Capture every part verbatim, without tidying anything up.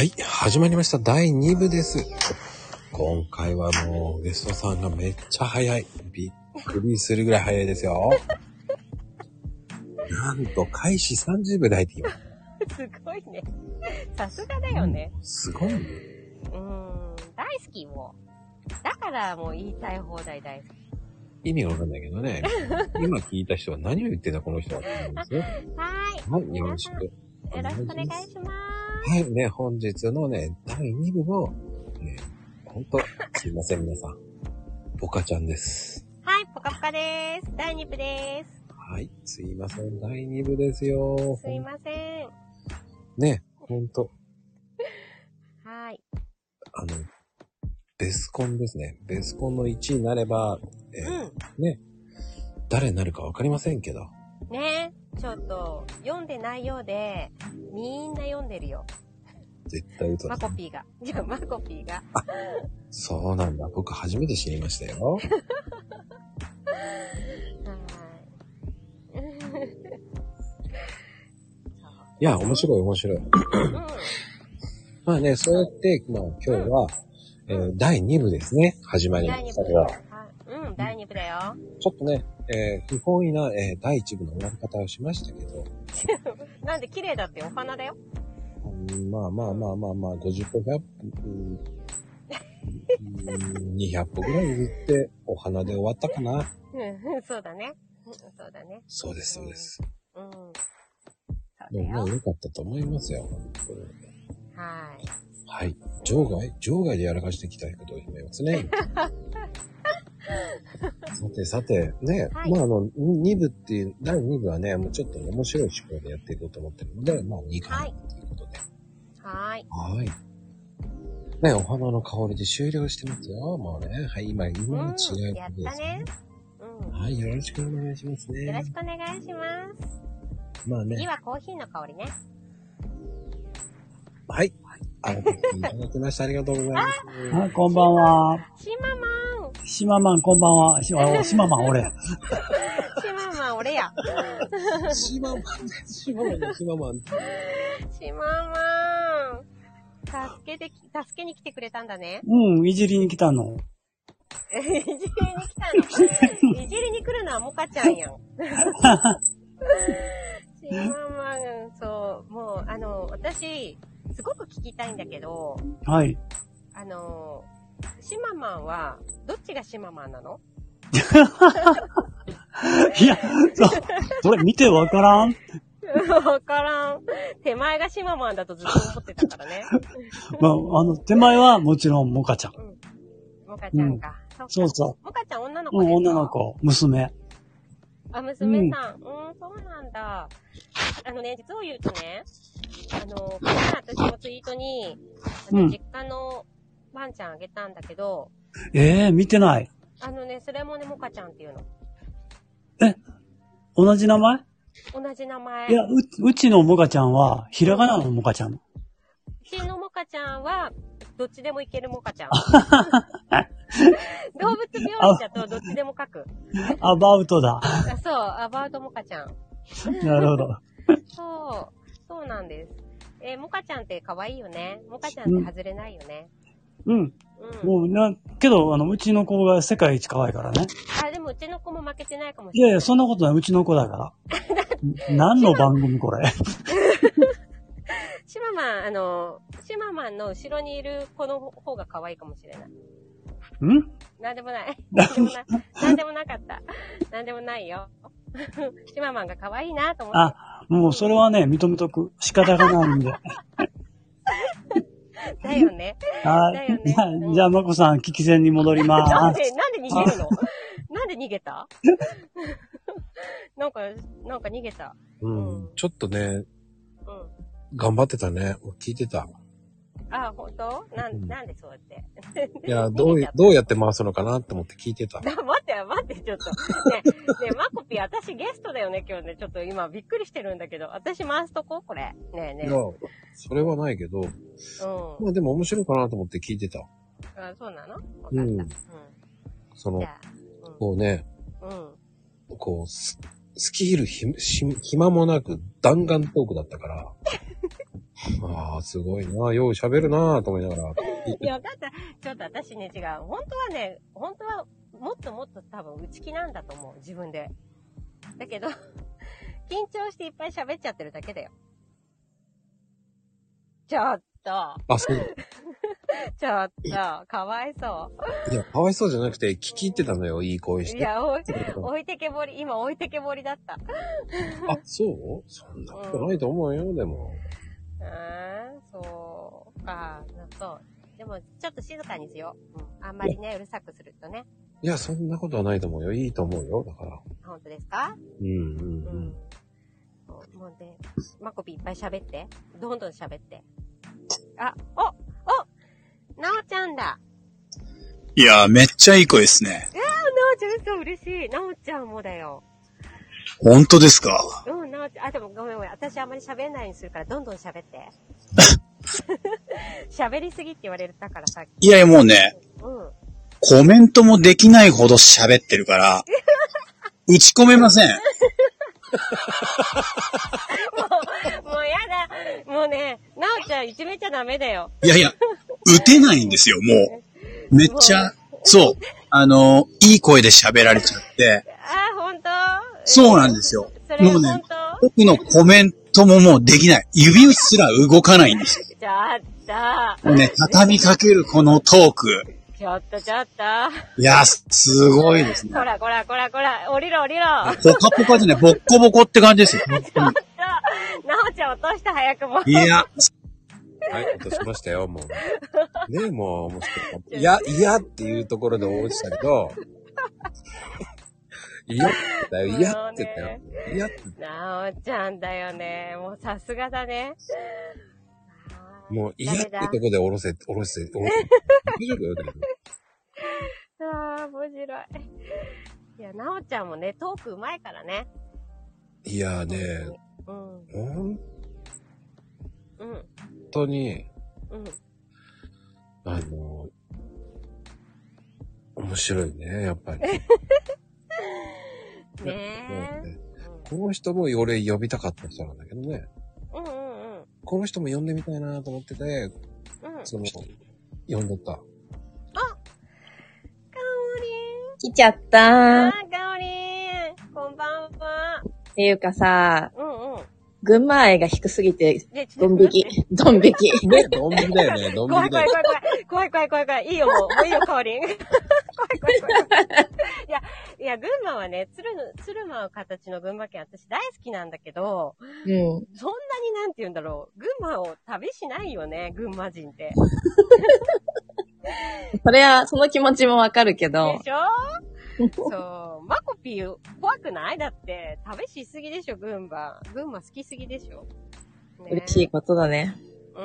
はい、始まりました。だいに部です。今回はもうゲストさんがめっちゃ早い。びっくりするぐらい早いですよ。なんと開始さんじゅうびょう台って言います。 すごいね。さすがだよね。 うん、すごいね。 うーん、大好きもう。だからもう言いたい放題大好き。 意味がわかんないけどね。今聞いた人は何を言ってんだこの人はって言うんですよ。 はい。 はい、よろしく。 よろしくお願いします。 はい、ね、本日のね、だいに部も、ね、ほんと、すいません、皆さん。ポカちゃんです。 はい、ポカポカでーす。だいに部でーす。 はい、すいません、だいに部ですよ。 すいません。 ね、ほんと。 はい。 あの、ベスコンですね。ベスコンのいちいになれば、えーうん、ね、誰になるかわかりませんけど。 ね、ちょっと、読んでないようで、みんな読んでるよ。 絶対嘘だ。 マコピーが。じゃあ、マコピーが。 あ、そうなんだ。僕初めて知りましたよ。はい。いや、面白い面白い。うん、まあね、そうやって、まあ今日は、うん、えー、だいに部ですね。始まりましたが。 うん、だいに部だよ。 ちょっとね、えー、不本意な、えー、だいいち部の終わり方をしましたけど。 なんで綺麗だってお花だよ。 うん、まあまあまあまあまあ、ごじゅっぽひゃっぽ、うん、にひゃっぽぐらい譲ってお花で終わったかな。 うん、そうだね。そうだね。 そうです、そうです。うん。うん、 でもね、良かったと思いますよ。 はい。 はい。場外場外でやらかしていきたいことを決めますね。さてさて、ね、はい、まああの、に部っていう、だいに部はね、もうちょっと面白い趣向でやっていこうと思ってるので、まあにかいということで。 はい。 はい。ね、お花の香りで終了してますよ。もうね、はい、今、今の違うことですね。 やったね。 うん。はい、よろしくお願いしますね。 よろしくお願いします。 まあね。 次はコーヒーの香りね。 はい。あの、いただきました。ありがとうございます。 あ、こんばんは。 シママン。 シママン、こんばんは。シマ、シママン、俺。 シママン、俺や。 シママン、シママン、シママン。 シママン。助けて、助けに来てくれたんだね。 うん、いじりに来たの。 いじりに来たの。いじりに来るのはモカちゃんやん。シママン、そう、もう、あの、私、すごく聞きたいんだけど。 はい。 あの、シママンは、どっちがシママンなの？ いや、そ、それ見てわからん？ わからん。手前がシママンだとずっと思ってたからね。 まあ、あの、手前はもちろんモカちゃん。うん、 モカちゃんか。 うん、そうそう。 モカちゃん女の子ですか？ うん、女の子、娘。 あ、娘さん。うん、うん、そうなんだ。あのね、実を言うとね、あの、この前私もツイートに、あの、実家のワンちゃんあげたんだけど、 うん、ええー、見てない。 あのね、それもね、モカちゃんっていうの。 え、同じ名前？ 同じ名前。 いや、う、うちのモカちゃんは、ひらがなのモカちゃん。うちのモカちゃんは、どっちでもいけるモカちゃん。動物病院だとどっちでも書く。 アバウトだ。 あ、そう、アバウトモカちゃん。 なるほど。 そう、そうなんです。えー、モカちゃんって可愛いよね。モカちゃんって外れないよね。 うん。うん。もうな、けど、あの、うちの子が世界一可愛いからね。 あ、でもうちの子も負けてないかもしれない。 いやいや、そんなことない。うちの子だから。何の番組これ。 シママン、あの、シママンの後ろにいる子の方が可愛いかもしれない。 ん？ なんでもない。なんでもない。なんでもなかった。なんでもないよ。シママンが可愛いなと思って。 あ、もうそれはね、認めとく。仕方がないんで。 だよね。 はい。 だよね。 じゃあ、じゃあ、まこさん、聞き戦に戻ります。 なんで、なんで逃げるの？なんで逃げた？なんか、なんか逃げた。 うん。うん、ちょっとね、うん。頑張ってたね。聞いてた。 あ、ほんと？なん、なんでそうやって。 いや、どう、どうやって回すのかなって思って聞いてた。 待って、待って、ちょっと。ね、ね、マコピー、私ゲストだよね、今日ね。ちょっと今びっくりしてるんだけど。私回すとここれ。ねえねえ。 いや、それはないけど。うん。まあでも面白いかなと思って聞いてた。 あ、そうなの？分かった。 うん。うん、その、うん、こうね、 うん。 こう、スキールひ、ひ、暇もなく弾丸トークだったから。 ああ、すごいな。よう喋るなぁと思いながら。 いや、分かった。ちょっと私ね、違う。本当はね、本当はもっともっと多分内気なんだと思う。自分で。だけど、緊張していっぱい喋っちゃってるだけだよ。ちょっと。 あ、そう。 ちょっと、かわいそう。 いや、かわいそうじゃなくて、聞き入ってたのよ、いい声して。 いや、おい、置いてけぼり、今置いてけぼりだった。 あ、そうそんなことないと思うよ、うん、でも。 うーん、そうか、そう。でも、ちょっと静かにしよう。うん。あんまりね、うるさくするとね。 いや、そんなことはないと思うよ。いいと思うよ、だから。 本当ですか？ うんうんうん。 もうね、マコピいっぱい喋って。どんどん喋って。あ、おおなおちゃんだ。 いやー、めっちゃいい声ですね。 いやー、なおちゃん、そう嬉しい。なおちゃんもだよ。 本当ですか？ うん、なおちゃん、あ、でもごめんごめん。私あんまり喋んないようにするから、どんどん喋って。喋りすぎって言われたからさっき。 いやいや、もうね、うん。コメントもできないほど喋ってるから、打ち込めません。もう、もうやだ。もうね、なおちゃんいじめちゃダメだよ。 いやいや、打てないんですよ、もう。めっちゃ、そう。あの、いい声で喋られちゃって。 あ、ほんと？ そうなんですよ。 それもうね、 僕のコメントももうできない。指すら動かないんですよ。 ちょっと。 もうね、畳みかけるこのトーク。 ちょっとちょっと。 いや、すごいですね。 こらこらこらこら、降りろ降りろ。 ポカポカでね、ボッコボコって感じですよ。 ちょっと、なおちゃん落とした早くも。 いや。 はい、落としましたよ、もう。ねえ、もう、面白い。いや、いやっていうところで落ちたけど、いやって言ったよ、いやって言ったよ。いやって言ったよ。 なおちゃんだよね。もうさすがだね。 もう、いやってとこで下ろせ、下ろせ、下ろせ。大丈夫よ、だけど。 ああ、面白い。いや、なおちゃんもね、トーク上手いからね。 いやーね、うん。ほん、うん。本当に、うん。あの、面白いね、やっぱり。ねえ、ね。 この人も俺呼びたかった人なんだけどね。 うんうんうん。 この人も呼んでみたいなと思ってて、うん、その、呼んでた。あ、かおりん。 来ちゃったー。 あ、かおりん。こんばんは。 っていうかさ、 うんうん。 群馬愛が低すぎて、ドン引き。ドン引き。 ね、ドン引きだよね、ドン引きだよ。 怖い怖い怖い怖い。怖い怖い怖い怖い。いいよ、もう。もういいよ、かおりん。怖い怖い怖い。いや、いや、群馬はね、鶴の、鶴舞う形の群馬県、私大好きなんだけど、うん。そんなになんて言うんだろう。群馬を旅しないよね、群馬人って。 それは、その気持ちもわかるけど。 でしょ？そう。マコピー怖くない？だって、旅しすぎでしょ、群馬。群馬好きすぎでしょ。 ね、嬉しいことだね。 うん。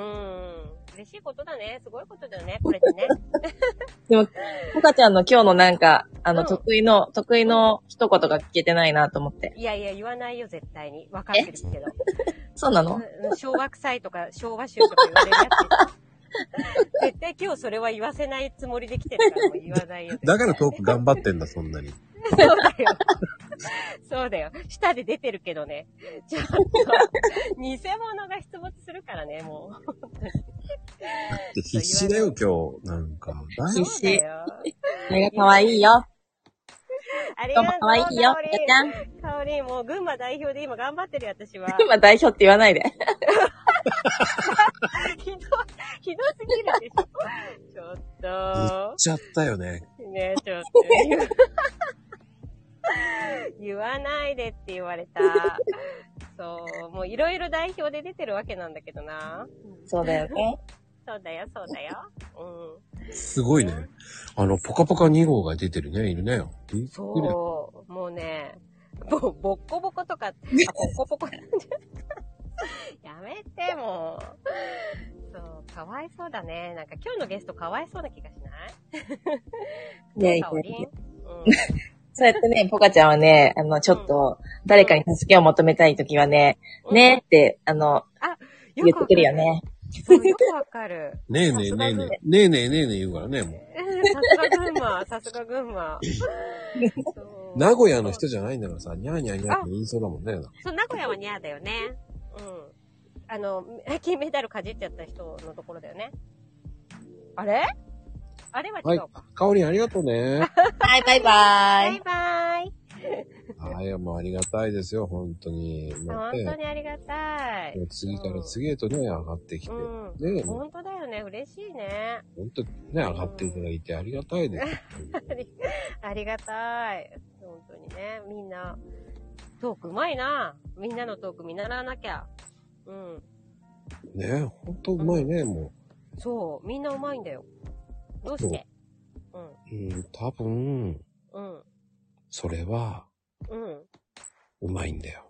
嬉しいことだね。すごいことだよね、これってね。 でも、ポカちゃんの今日のなんか、あの、うん、得意の、得意の一言が聞けてないなと思って。 いやいや、言わないよ、絶対に。わかってるけど。 そうなの？ 昭和臭いとか、昭和臭とか言われるやつ。絶対今日それは言わせないつもりで来てるからもう言わないよ。 だからトーク頑張ってんだ、そんなに。 そうだよ。そうだよ。舌で出てるけどね。ちょっと、偽物が出没するからね、もう。 必死だよ、今日。なんか。 必死。 それが可愛いよ。 ありがとう。 可愛いよ、かちゃん。 かおりん、もう群馬代表で今頑張ってるよ、私は。 群馬代表って言わないで。 ひどい、ひどすぎるでしょ。ちょっと。 言っちゃったよね。 ねえ、ちょっと。言わないでって言われた。そう、もういろいろ代表で出てるわけなんだけどな。 そうだよね。 そうだよ、そうだよ。 うん。すごいね。あの、ポカポカに号が出てるね、いるね。 そう、もうね、ぼ、ぼっこぼことか、あ、ポコポコなんじゃやめて、もう。そう、かわいそうだね。なんか今日のゲストかわいそうな気がしないねえ、かおりん。うん。 そうやってね、ポカちゃんはね、あの、ちょっと、誰かに助けを求めたいときはね、うん、ねって、あの、あ、言ってくるよね。 そう、よくわかる。 ねえねえねえねえ。ねえねえねえねえ言うからね、もう。 さすが群馬、さすが群馬。 名古屋の人じゃないんだからさ、ニャーニャーニャーって言いそうだもんね。 そう、名古屋はニャーだよね。 あの、金メダルかじっちゃった人のところだよね。あれあれは違うか。 はい。かおりんありがとうね。 はい、バイバイ。 バイバイ。 はい、もうありがたいですよ、本当に。 本当にありがたい。 次から次へとね、上がってきて。 うん、 ね、 本当だよね、嬉しいね。 本当ね、上がっていただいてありがたいです。 ありがたい。本当にね、みんな、トークうまいな。みんなのトーク見習わなきゃ。うん。 ね、本当うまいね、うん、もう。そう、みんなうまいんだよ。どうして？ うん。うん、多分。 うん。 それは。 うん。 うまいんだよ。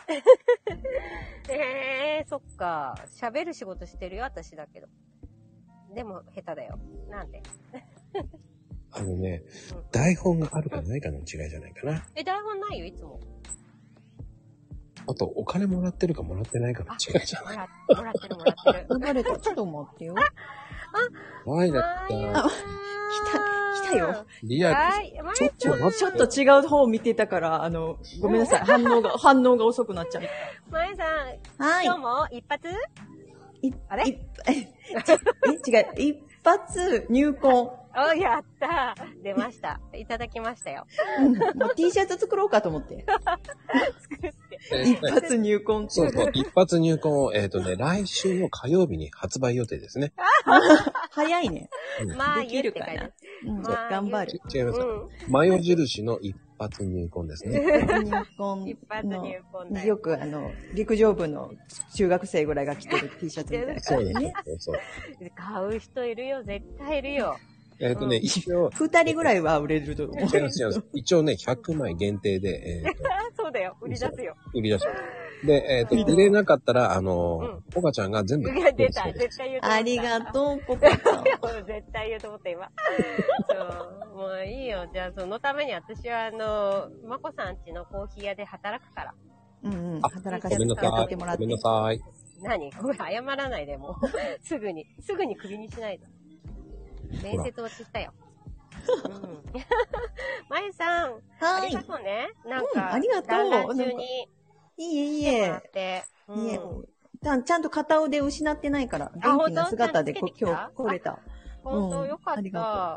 えー、そっか。喋る仕事してるよ、私だけど。でも、下手だよ。なんで？ あのね、うん、台本があるかないかの違いじゃないかな。 え、台本ないよ、いつも。 あと、お金もらってるかもらってないかの違いじゃない。 もら、もらってる、もらってる。 生まれた。ちょっと待ってよ。 あ、はい、だった。 来た、来たよ。 リアル。 はい、 ちょっと、ちょっと違う方を見てたから、あの、ごめんなさい。反応が、反応が遅くなっちゃった。 まえさん、 はい。 今日も一発い、 あれいえ、違う、一発入婚。 お、やったー。出ました。いただきましたよ。 うん、もう T シャツ作ろうかと思って。 作って。 一発入婚。 そうそう、一発入婚を、えっとね、来週の火曜日に発売予定ですね。 早いね。 まあ、 できるかな。うん、頑張る。 違います。マヨ印の一発入婚ですね。 一発入婚。 一発入婚だよ。 よく、あの、陸上部の中学生ぐらいが着てる T シャツみたいな感じね。 そうそう。 買う人いるよ、絶対いるよ。 えっとね、一応。 二人ぐらいは売れると思う。 違います、違います。一応ね、ひゃくまい限定で、 えー、そうだよ、売り出すよ。 売り出します。で、えっと、売れなかったら、あの、ポカちゃんが全部。 いや、出た、絶対言うと思った。 ありがとう、ポカちゃん。 絶対言うと思った、今。そう、もういいよ。じゃあ、そのために私は、あの、まこさんちのコーヒー屋で働くから。 うんうん。働かせてもらって。 ごめんなさい。 何ごめん、謝らないで、もう。すぐに、すぐにクビにしないで。面接落ちしたよ。うん。まゆさん、はい、ありがとうね。なんか、うん、ありがとう。団中にいえいえ。 うん、 いえ。ちゃんと片腕失ってないから、元気な姿で今日来れた。 本当、よかった。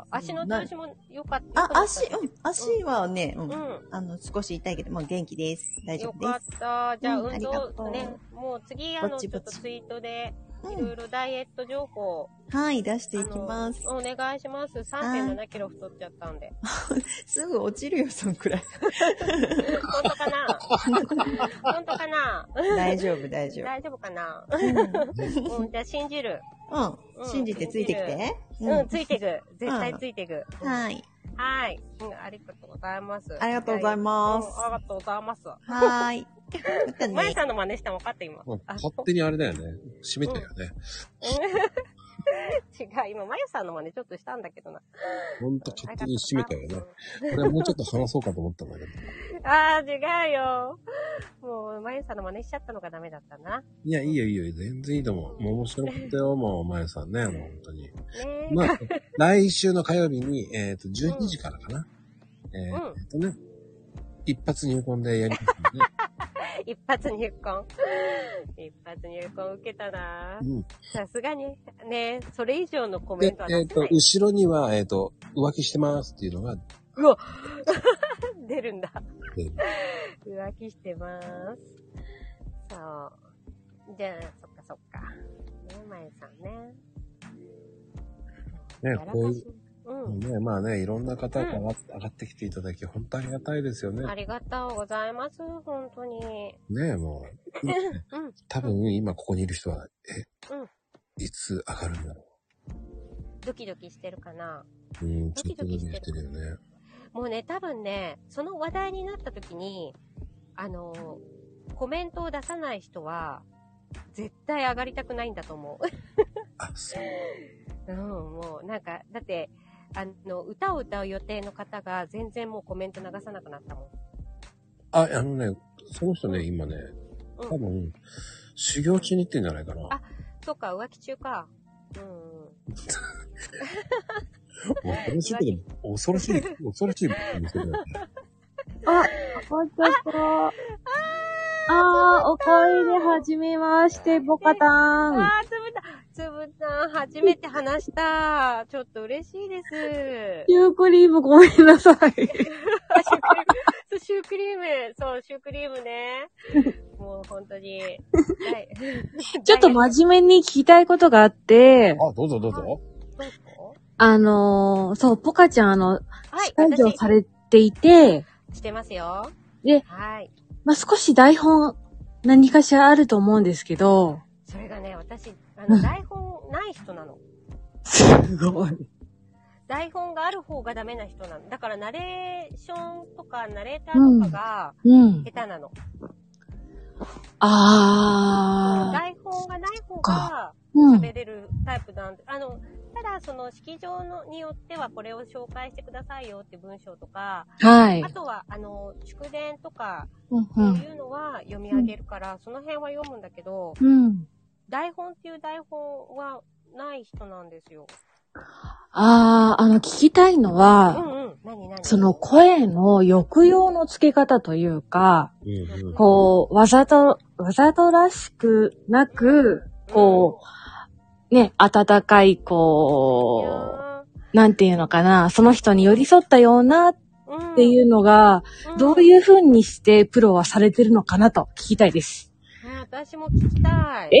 足の調子もよかった。 あ、足、うん、足はね、うん、あの、少し痛いけど、もう元気です。大丈夫です。 よかった。じゃあ、運動ね、もう次、あの、ちょっとツイートで、いろいろダイエット情報。 はい、出していきます。 お願いします。さんてんななキロ太っちゃったんで。 すぐ落ちるよ、そんくらい。 本当かな本当かな大丈夫、大丈夫。 大丈夫かなうん、じゃあ信じる。 うん。信じてついてきて。 うん、ついてく。絶対ついてく。 はい。 はい。ありがとうございます。 ありがとうございます。 ありがとうございます。 はい。 まゆさんの真似したの分かった今。 勝手にあれだよね。閉めたよね。 違う、今、まゆさんの真似ちょっとしたんだけどな。 ほんと勝手に閉めたよね。これもうちょっと話そうかと思ったんだけど。 あー、違うよ。もう、まゆさんの真似しちゃったのがダメだったな。 いや、いいよいいよ。全然いいと思う。もう面白かったよ、もう、まゆさんね。もう本当に。ねまあ、来週の火曜日に、えっと、じゅうにじからかな。えっとね、一発入婚でやりますので。 一発入婚。一発入婚受けたなぁ。さすがに、ね、それ以上のコメントは出せない。 えっと、後ろには、えっと、浮気してますっていうのが。 うわ出るんだ。浮気してます。そう。じゃあ、そっかそっか。ね、まゆさんね。 ね、こういう。うん、ね、まあね、いろんな方が上がってきていただき、本当ありがたいですよね。 ありがとうございます、本当に。 ねえ、もう。ねうん、多分、今ここにいる人は、え、うん、いつ上がるんだろう。 ドキドキしてるかなうん、ちょっとドキドキしてるよね。 もうね、多分ね、その話題になった時に、あの、コメントを出さない人は、絶対上がりたくないんだと思う。 あ、そう。 うん、もう、なんか、だって、あの、歌を歌う予定の方が全然もうコメント流さなくなったもん。 あ、あのね、その人ね、今ね、多分、うん、修行中に行ってんじゃないかな。 あ、そっか、浮気中か。うん。 恐ろしいけど、恐ろしい、恐ろしい見せるよね。 あ、終わっちゃった。 ああー、お声ではじめまして、ボカタン。 あー、つぶたん。つぶたん、初めて話した。ちょっと嬉しいです。 シュークリームごめんなさい。シュークリーム、 そう、シュークリーム、そう、シュークリームね。もう本当に。はい、 ちょっと真面目に聞きたいことがあって。 あ、どうぞどうぞ。どうぞ。 あのー、そう、ポカちゃん、あの、司会業されていて。 してますよ。 で、 はい。 まあ、少し台本、何かしらあると思うんですけど。 それがね、私、あの、台本ない人なの。 すごい。 台本がある方がダメな人なの。だから、ナレーションとか、ナレーターとかが、下手なの。うんうん、 あー。 台本がない方が、喋れるタイプなんで、うん、あの、ただ、その、式場のによっては、これを紹介してくださいよって文章とか、 はい。 あとは、あの、祝電とか、そういうのは読み上げるから、うん、その辺は読むんだけど、 うん、 台本っていう台本はない人なんですよ。 あー、あの、聞きたいのは、 うんうん、何何その声の抑揚の付け方というか、うんうん、こう、わざと、わざとらしくなく、こう、うんね、温かい、こう、なんていうのかな、その人に寄り添ったようなっていうのが、うん、どういう風にしてプロはされてるのかなと聞きたいです。 うん、私も聞きたい。 え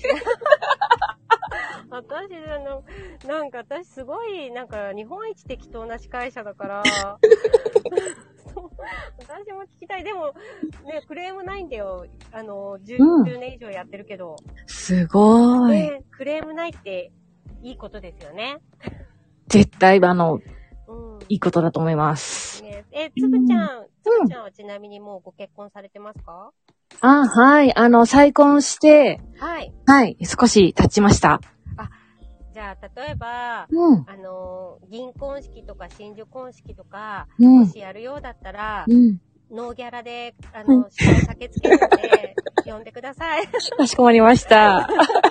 私、あの、なんか私すごい、なんか日本一適当な司会者だから、私も聞きたい。でも、ね、クレームないんだよ。あの、じゅう、うん、じゅうねん以上やってるけど。 すごい。 ね、クレームないっていいことですよね。 絶対、あの、うん、いいことだと思います。 ね、え、つぶちゃん、つぶちゃんはちなみにもうご結婚されてますか？ あ、はい。あの、再婚して、 はい。 はい。少し経ちました。 じゃあ、例えば、 うん、 あの、銀婚式とか真珠婚式とか、 うん、 もしやるようだったら、 うん、 ノーギャラで、あの、司会駆けつけるので、呼んでください。 かしこまりました。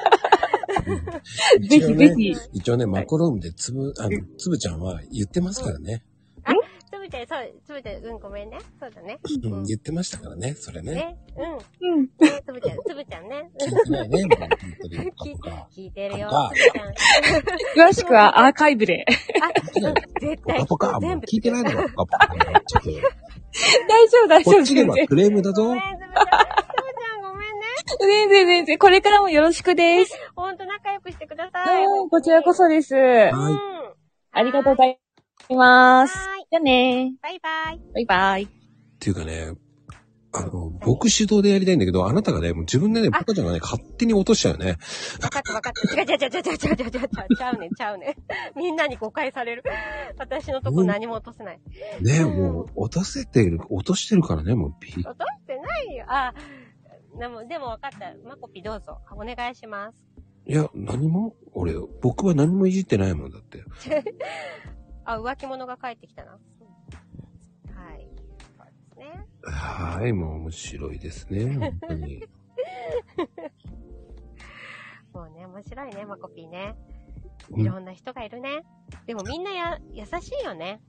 ぜひぜひ。 一応ね、マコロームでつぶ、あの、つぶちゃんは言ってますからね。 あ、つぶちゃん、そう、つぶちゃん、うん、ごめんね。そうだね。 うん、言ってましたからね、それね。 ね、うん。 うん。 ね、つぶちゃん、つぶちゃんね。 聞いてないね、もう本当に。 聞いてるよ、 あつぶちゃん。 詳しくはアーカイブで。 あ、絶対全部。 聞いてないのか、ポカポカ。 大丈夫、大丈夫。 こっちではクレームだぞ。 ごめん、つぶちゃん。つぶちゃん、ごめんね。 全然全然、これからもよろしくです。 ほんと仲良くしてください。 うん、こちらこそです。 はい。 ありがとうございます。 はい。 じゃあねバイバイ。 バイバイ。 っていうかね、あの、僕主導でやりたいんだけど、あなたがね、もう自分でね、ポカちゃんがね、勝手に落としちゃうよね。 わかったわかった。違う違う違う違う違う違う違う違う。ちゃうねんちゃうねん。みんなに誤解される。私のとこ何も落とせない。 ね、もう、落とせてる、落としてるからね、もうピー。落としてないよ。あ、でも、でもわかった。マコピどうぞ。お願いします。 いや、何も、俺、僕は何もいじってないもんだって。 あ、浮気者が帰ってきたな。はい。そうですね。 はい、もう面白いですね、本当に。 もうね、面白いね、マコピーね。いろんな人がいるね。でもみんなや、優しいよね。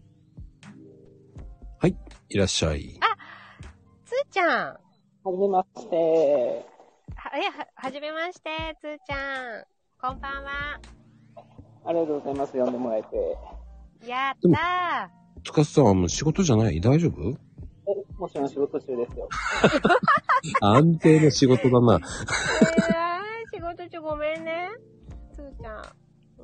はい、いらっしゃい。 あ、つーちゃん。 はじめまして。 は、いや、は、はじめまして、つーちゃん。こんばんは。 ありがとうございます、呼んでもらえて。 やったー。 つかさんはもう仕事じゃない？大丈夫？ え、もちろん仕事中ですよ。 安定の仕事だな。 えー、仕事中ごめんね。つーちゃん。 うん、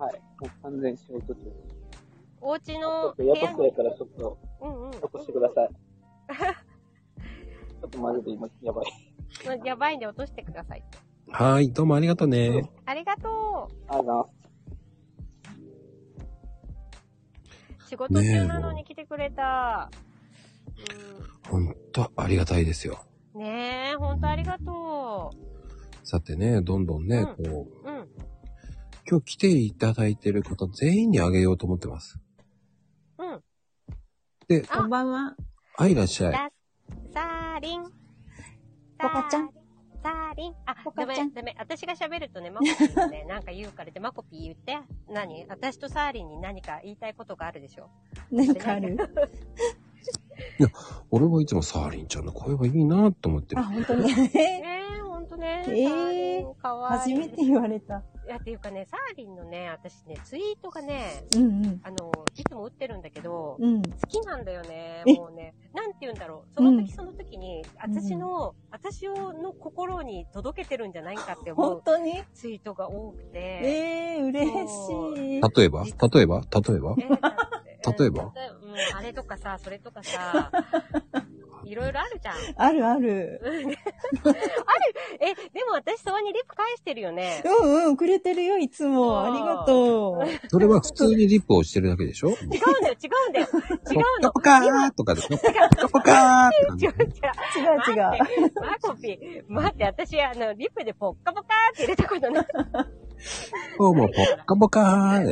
はい。もう完全仕事中。 お家の部屋に。ちょっとやばくやからちょっと、 うんうん。 起こしてください。ちょっとマジで今、やばい。 やばいんで落としてください。 はい、どうもありがとうね。 ありがとう。 ありがとうございます。 仕事中なのに来てくれた。 うん、ほんとありがたいですよ。 ねえ、ほんとありがとう。さてね、どんどんね、うん、こう、 うん、 今日来ていただいてる方全員にあげようと思ってます。 うん。 で、 こんばんは。 はい、いらっしゃい。 さーりん。 ポカちゃん。 さーりん。あ、ダメ、ダメ。私が喋るとね、マコピーがね、なんか言うからで、マコピー言って。何？私とサーリンに何か言いたいことがあるでしょ。 何かあるいや、俺はいつもサーリンちゃんの声はいいなと思ってる。 あ、本当に。 ねえ、ほんとね。 ええー、 かわいい。 初めて言われた。 いや、っていうかね、サーリンのね、私ね、ツイートがね、 うんうん、 あの、いつも打ってるんだけど、 うん、 好きなんだよね。もうね、なんて言うんだろう。その時その時に、うん、私の、私の心に届けてるんじゃないかって思う。 本当にツイートが多くて。 ええー、嬉しい。 例えば例えば例えば、えー、例えば、 うん、あれとかさ、それとかさ、いろいろあるじゃん。 あるある。 ある。え、でも私、そわにリップ返してるよね。 うんうん、くれてるよ、いつも。ありがとう。 それは普通にリップをしてるだけでしょ？違うんだよ、違うんだよ。違うの。 ポカーとかでしょ？ポカポカーって違う違う。違う違う。 マコピー。待って、私、あの、リップでポッカポカーって入れたことない。 そう、もうポッカポカーで。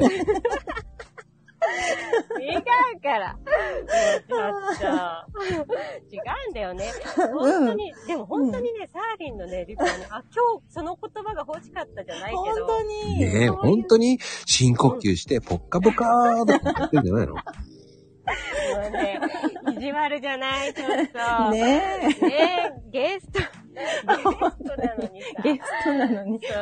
違うから。もうちょっと。違うんだよね。本当に、うん、でも本当にね、うん、サーリンのね、リプはね、あ、今日その言葉が欲しかったじゃないけど。 本当に。 ねえ、本当に深呼吸して、ポッカポカーって言ってんじゃないの？もうね、意地悪じゃない、ちょっと。 ねえ。 ねえ、ゲスト。ゲストなのにさ。 ゲストなのに。 そう。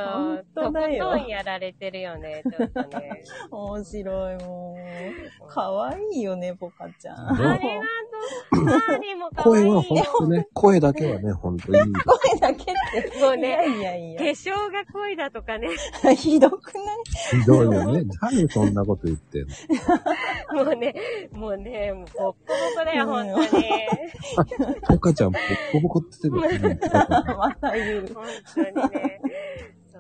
とことんやられてるよね、ちょっとね。 面白いもん。かわいいよね、ポカちゃん。 ありがとう。サーリンもかわいい。 声はほんとね、声だけはね、ほんといい。 声だけって。 もうね、 いやいやいや。 化粧が声だとかね。 ひどくないひどいよね。誰そんなこと言ってんの。もうね、もうね、もうボッコボコだよ、ほんとに。 ポカちゃんボッコボコって言ってるよ。 また言う。 本当にね。そう。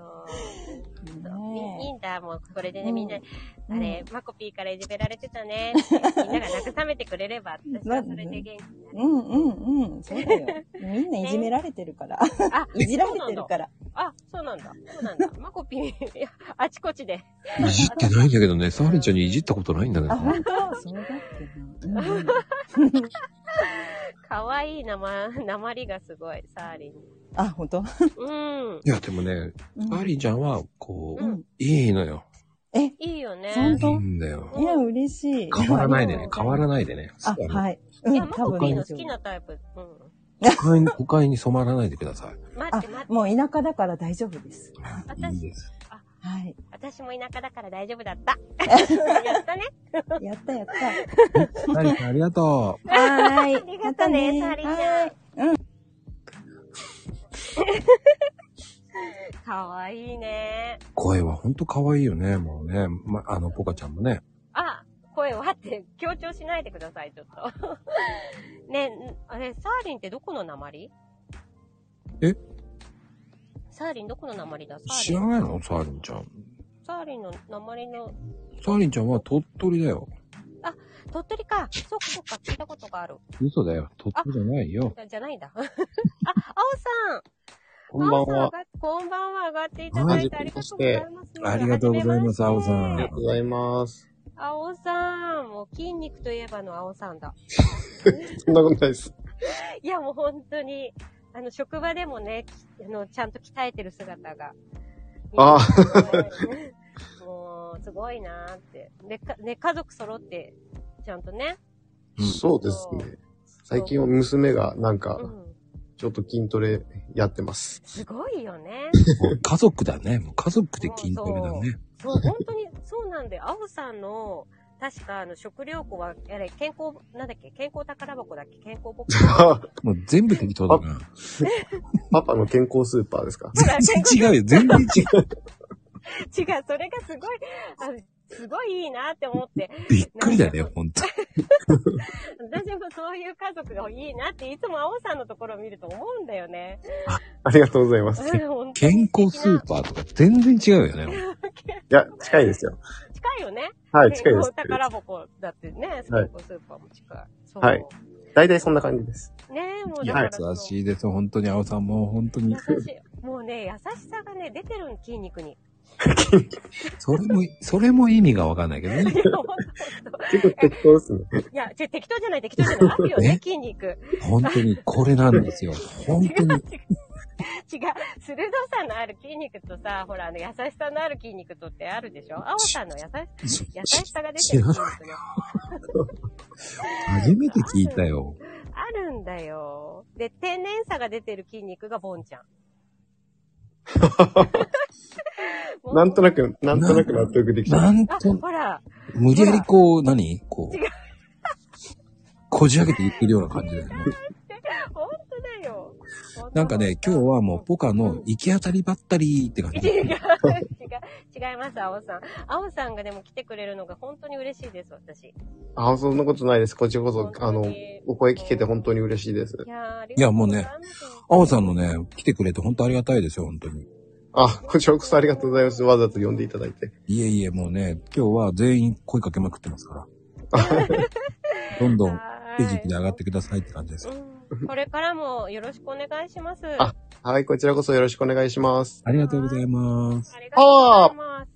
ね、いいんだ、もうこれでね、みんな、うん、あれ、マコピーからいじめられてたね。みんなが慰めてくれれば、私はそれで元気になる。 うんうんうん。そうだよ。みんないじめられてるから。あ、いじられてるから。 あ、そうなんだ。そうなんだ。マコピー、あちこちで。 いじってないんだけどね、サーリンちゃんにいじったことないんだけど。 あ、本当？そうだっけな。うんかわいいなま、なまりがすごい、サーリン。 あ、ほんと？ うん。 いや、でもね、サーリンちゃんは、こう、うん、いいのよ。 え、 いいよね。 ほんと？ いいんだよ。 いや、嬉しい。 変わらないでね、変わらないでね。 あ、はい。 うん、いや、マコピーの好きなタイプ。うん。 都会に、都会に染まらないでください。 待って待って。 もう田舎だから大丈夫です。 いいです。 はい。 私も田舎だから大丈夫だった。やったね。 やったやった。 サーリンさんありがとう。はーい。 ありがとうね、サーリンちゃん。 うん。 かわいいね。 声はほんとかわいいよね、もうね。ま、あの、ポカちゃんもね。 あ、声はって強調しないでください、ちょっと。ね、あれ、サーリンってどこの訛り？ え？ サーリンどこの訛りだ？ 知らないの？サーリンちゃん。 サーリンの訛りの。 サーリンちゃんは鳥取だよ。 あ、鳥取か。そっかそっか、聞いたことがある。 嘘だよ。鳥取じゃないよ。 じゃないんだ。あ、青さん。 こんばんは。 こんばんは。上がっていただいてありがとうございます。 ありがとうございます、青さん。 ありがとうございます。 青さん。もう筋肉といえばの青さんだ。 そんなことないです。 いや、もう本当に。あの、職場でもね、あの、ちゃんと鍛えてる姿が。 ああ。 もう、すごいなーって。で、か、ね、家族揃って、ちゃんとね。 そうですね。最近は娘がなんか、ちょっと筋トレやってます。 すごいよね。 家族だね。もう家族で筋トレだね。 そう、そう本当にそうなんで、青さんの、確か、あの、食料庫は、あれ、健康、なんだっけ健康宝箱だっけ健康ボックス。 もう全部適当だな。 パパの健康スーパーですか？ 違うよ、全然違う。 違う、それがすごい、あの、すごいいいなって思って。 びっくりだね、ほんと。 私もそういう家族がいいなって、いつも青さんのところを見ると思うんだよね。 あ、ありがとうございます。 健康スーパーとか全然違うよね。 いや、近いですよ。 近いよね。 はい、近いです。 宝箱だってね、健康スーパーも近い。そう。 はい。大体そんな感じです。 ねえ、もうだから。 優しいです、本当に、青さんも、本当に。 優しい。もうね、優しさがね、出てる筋肉に。 それも、それも意味がわかんないけどね。いや、 ほんと。結構適当ですね。 いや、ちょ、適当じゃない、適当じゃない。あるよね、筋肉。 本当に、これなんですよ。本当に。 違う。鋭さのある筋肉とさ、ほら、あの、優しさのある筋肉とってあるでしょ？青さんの優し、優しさが出てる筋肉ね。 初めて聞いたよ。 あるんだよ。で、天然さが出てる筋肉がボンちゃん。 なんとなく、なんとなく納得できた。 なんと、 ほら。 無理やりこう、何こう。違う。こじ開けて言ってるような感じだよね。 本当だよ。 なんかね、今日はもうポカの行き当たりばったりって感じ。 違う、違う、違います、青さん。青さんがでも来てくれるのが本当に嬉しいです、私。 あ、そんなことないです。こっちこそ、あの、お声聞けて本当に嬉しいです。 いや、 いやもうね、青さんのね、来てくれて本当ありがたいですよ、本当に。 あ、こちらこそありがとうございます。わざと呼んでいただいて。 いえいえ、もうね、今日は全員声かけまくってますから。どんどん、ペジキで上がってくださいって感じです。 うん、これからもよろしくお願いします。 あ、はい、こちらこそよろしくお願いします。 ありがとうございます。 ありがとうございます。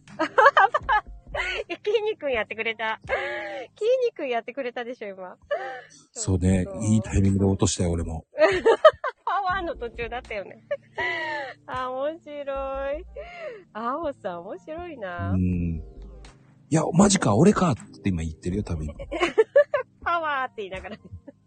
筋肉やってくれた。筋肉やってくれたでしょ、今。 そうね、いいタイミングで落としたよ、俺も。 パワーの途中だったよね。あ、面白い。青さん、面白いな。 うん。いや、マジか、俺かって今言ってるよ、多分。 パワーって言いながら。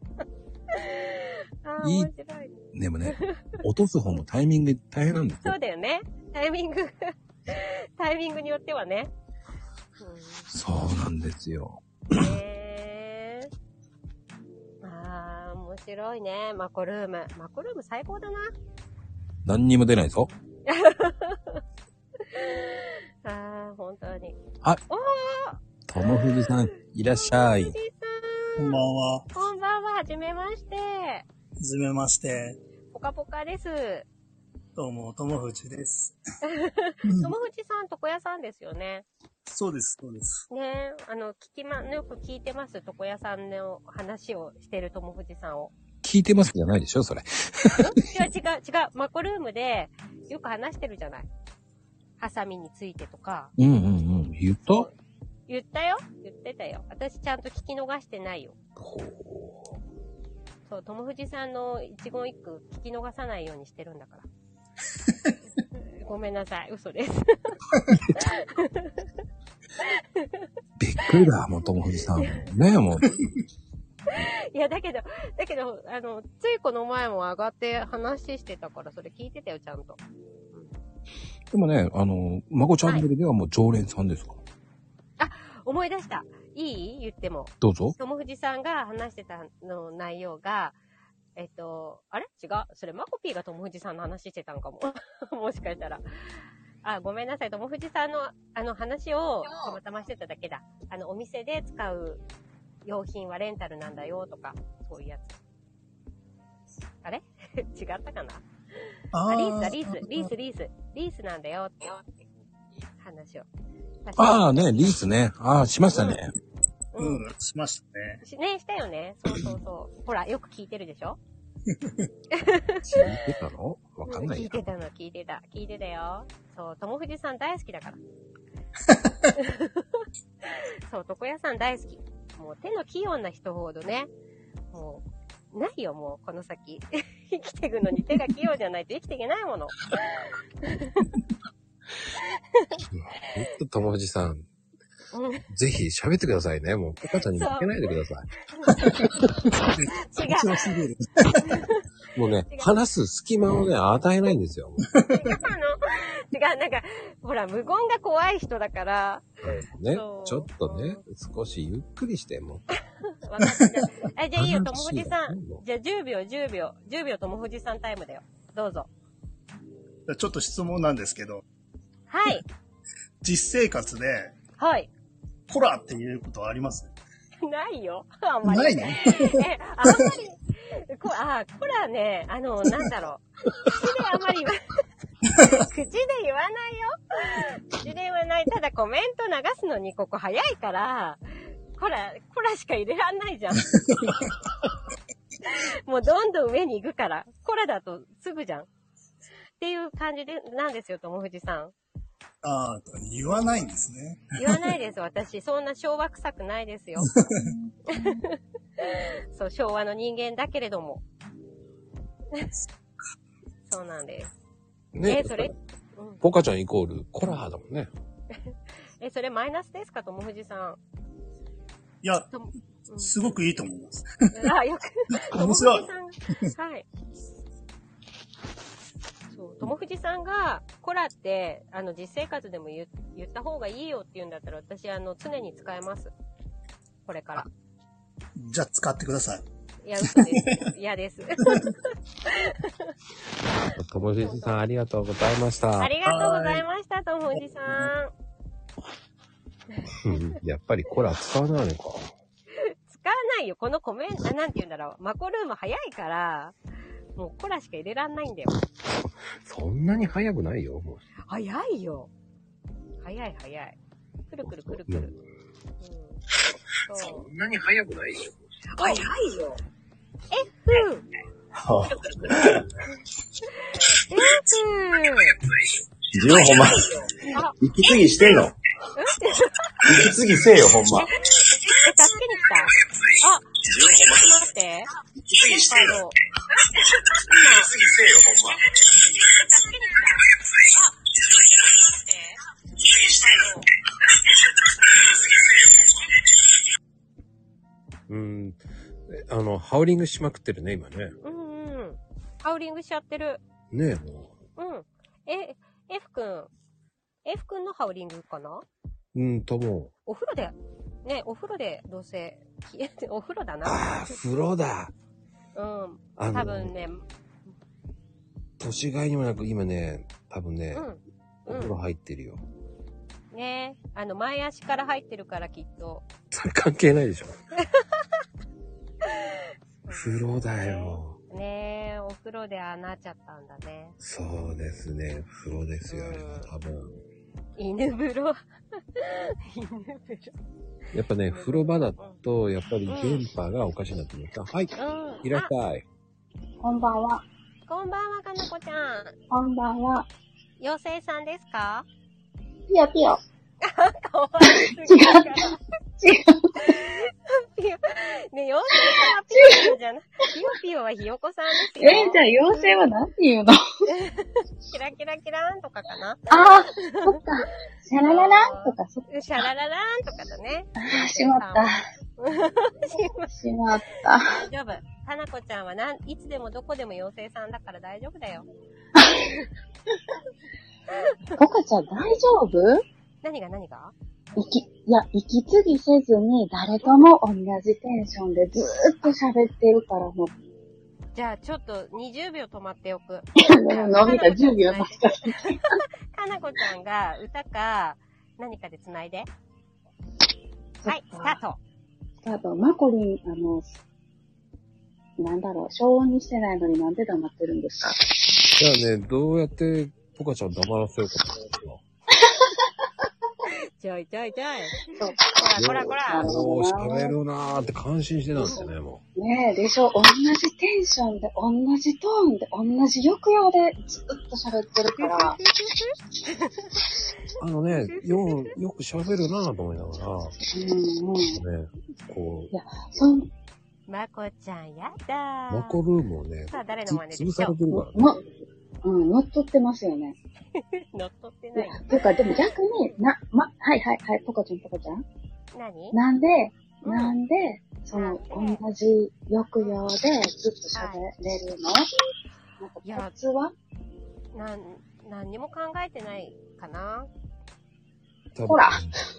あ、面白い。 でもね、落とす方もタイミング大変なんですよ。 そうだよね。タイミング、タイミングによってはね。 うん、そうなんですよ。 へぇー。あー、面白いね。マコルーム。マコルーム最高だな。 何にも出ないぞ。 あー、本当に。 あ、 おーともふじさん、いらっしゃい。 こんばんは。 こんばんは、はじめまして。はじめまして。 ぽかぽかです。 どうも、ともふじです。 ともふじさん、床屋さんですよね。 そうです、そうです。 ねえ、あの、聞きま、よく聞いてます。床屋さんの話をしてるともふじさんを。 聞いてますじゃないでしょ、それ。 違う違う違う。マコルームでよく話してるじゃない。ハサミについてとか。 うんうんうん。言った？ 言ったよ。言ってたよ。私ちゃんと聞き逃してないよ。 ほう。 そう、ともふじさんの一言一句聞き逃さないようにしてるんだから。ごめんなさい。嘘です。 びっくりだ、もうともふじさん。ねえ、もう。 いや、だけど、だけど、あの、ついこの前も上がって話してたから、それ聞いてたよ、ちゃんと。うん、 でもね、あの、まこチャンネルではもう常連さんですか、はい、 あ、思い出した。いい？言っても。 どうぞ。 ともふじさんが話してたの内容が、えっと、あれ違う。それ、まこぴーがともふじさんの話してたんかも。もしかしたら。あ、ごめんなさい。ともふじさんの、あの話をたまたましてただけだ。あの、お店で使う用品はレンタルなんだよとか、そういうやつ。あれ違ったかなああ、リースだ、リース、リース、リース、リースなんだよって話を。 ああね、リースね。ああ、しましたね。 うん、うん、しましたね。 し、ね、したよね。そうそうそう。ほら、よく聞いてるでしょ聞いてたの？わかんない、 うん。聞いてたの、聞いてた。聞いてたよ。そう、ともふじさん大好きだから。そう、床屋さん大好き。もう手の器用な人ほどね、もう、ないよ、もう、この先。生きていくのに手が器用じゃないと生きていけないもの。 ともふじさん。うん、ぜひ喋ってくださいね。もう、ポカちゃんに負けないでください。 違う。 もうね、話す隙間をね、与えないんですよ。 違うの。違う、なんか、ほら、無言が怖い人だから。 ね、ちょっとね、少しゆっくりしても。 わかった。あ、じゃあいいよ、ともふじさん。じゃあじゅうびょう、じゅうびょう。じゅうびょうともふじさんタイムだよ。どうぞ。 ちょっと質問なんですけど。 はい。 実生活で。 はい。 コラっていうことはあります？ ないよ。あんまり。 ないの？ え、あんまり、こあ、コラね、あの、なんだろう。口であんまり言わない。口で言わないよ。口で言わない。ただコメント流すのにここ早いから、コラ、コラしか入れらんないじゃん。もうどんどん上に行くから。コラだとすぐじゃん。っていう感じで、なんですよ、ともふじさん。 ああ、言わないんですね。 言わないです、私。そんな昭和臭くないですよ。そう、昭和の人間だけれども。 そうなんです。 ねえ、それ、 うん、ポカちゃんイコールコラーだもんね。 え、それマイナスですか、ともふじさん。 いや、うん、すごくいいと思います。 あ、よく。面白い。はい。そう、ともふじさんが、コラって、あの、実生活でも言、言った方がいいよって言うんだったら、私、あの、常に使えます。これから。 じゃあ、使ってください。 いや、嘘です。嫌です。 ともふじさん、ありがとうございました。 ありがとうございました、ともふじさん。 やっぱりコラ使わないのか。 使わないよ。このコメント、なんて言うんだろう。マコルーム早いから、もうコラしか入れらんないんだよ。 そんなに早くないよ、もう。 早いよ。早い早い。くるくるくるくる。うん。 うん、そんなに早くないよ。 早いよ。F! はぁ。 F! ジオほんま。息継ぎしてんの息継ぎせえよ、ほんま。 え、助けに来た。あ、ちょっと待って。 息継ぎしてんの今。息継ぎせえよ、ほんま。 助けに来た。あ、ちょっと待って。 息継ぎしてんの息継ぎせえよ、 ほんま。うーん。あの、ハウリングしまくってるね、今ね。 うんうん。ハウリングしちゃってる。 ねえ、もう。うん。え、F 君。F 君のハウリングかな？ うんとも。 お風呂で、ね、お風呂でどうせ、お風呂だな。 ああ、風呂だ。 うん。多分ね。 年がいにもなく今ね、多分ね、 うん、 お風呂入ってるよ。 ねえ、あの、前足から入ってるからきっと。 それ関係ないでしょ。風呂だよ。 ねえ、お風呂でああなっちゃったんだね。 そうですね、風呂ですよ、あれは多分。 犬風呂。犬風呂。 やっぱね、風呂場だと、やっぱり電波がおかしいなって思った。うん、はい、うん、いらっしゃい。 こんばんは。 こんばんは、かなこちゃん。 こんばんは。 妖精さんですか？ ピヨピヨ。 かわいいすぎるから。 違う。 ピヨ。ね、妖精さんはピヨピヨじゃない。ピヨピヨはひよこさんですよ。 えー、じゃあ妖精は何て言うの？ キラキラキラーンとかかな？ ああ、そっか。シャララランとかそっか。 シャラララーンとかだね。 ああ、しまった。しまった。 大丈夫。かなこちゃんはなん、いつでもどこでも妖精さんだから大丈夫だよ。 ポカちゃん大丈夫？ 何が何が？ 息、いや、息継ぎせずに誰とも同じテンションでずーっと喋ってるからもう。 じゃあちょっとにじゅうびょう止まっておく。 伸びたじゅうびょう経った。 かなこちゃんが歌か何かで繋いで。はい、スタート。 スタート。マコリン、あの、なんだろう、消音にしてないのになんで黙ってるんですか？ じゃあね、どうやってポカちゃん黙らせようかと思うんですよ。 ちょいちょいちょい。こらこらこら。 おー、喋るなーって感心してたんですよね、もう。ねえ、でしょ、同じテンションで、同じトーンで、同じ抑揚でずっと喋ってるから。 あのね、よ、よく喋るなーと思いながら。うんうん。 ね、こう。いや、そん、 まこちゃんやだー。 マコルームをね、 さあ誰の真似でしょう。 潰されてるからね。 うん、乗っ取ってますよね。 乗っ取ってない。 てか、でも逆に、な、ま、はいはいはい、ポコちゃんポコちゃん。 何？ なんで、うん、なんで、その、同じ抑揚でずっと喋れるの？はい、なんか、コツは？ なん、何にも考えてないかな。 ほら。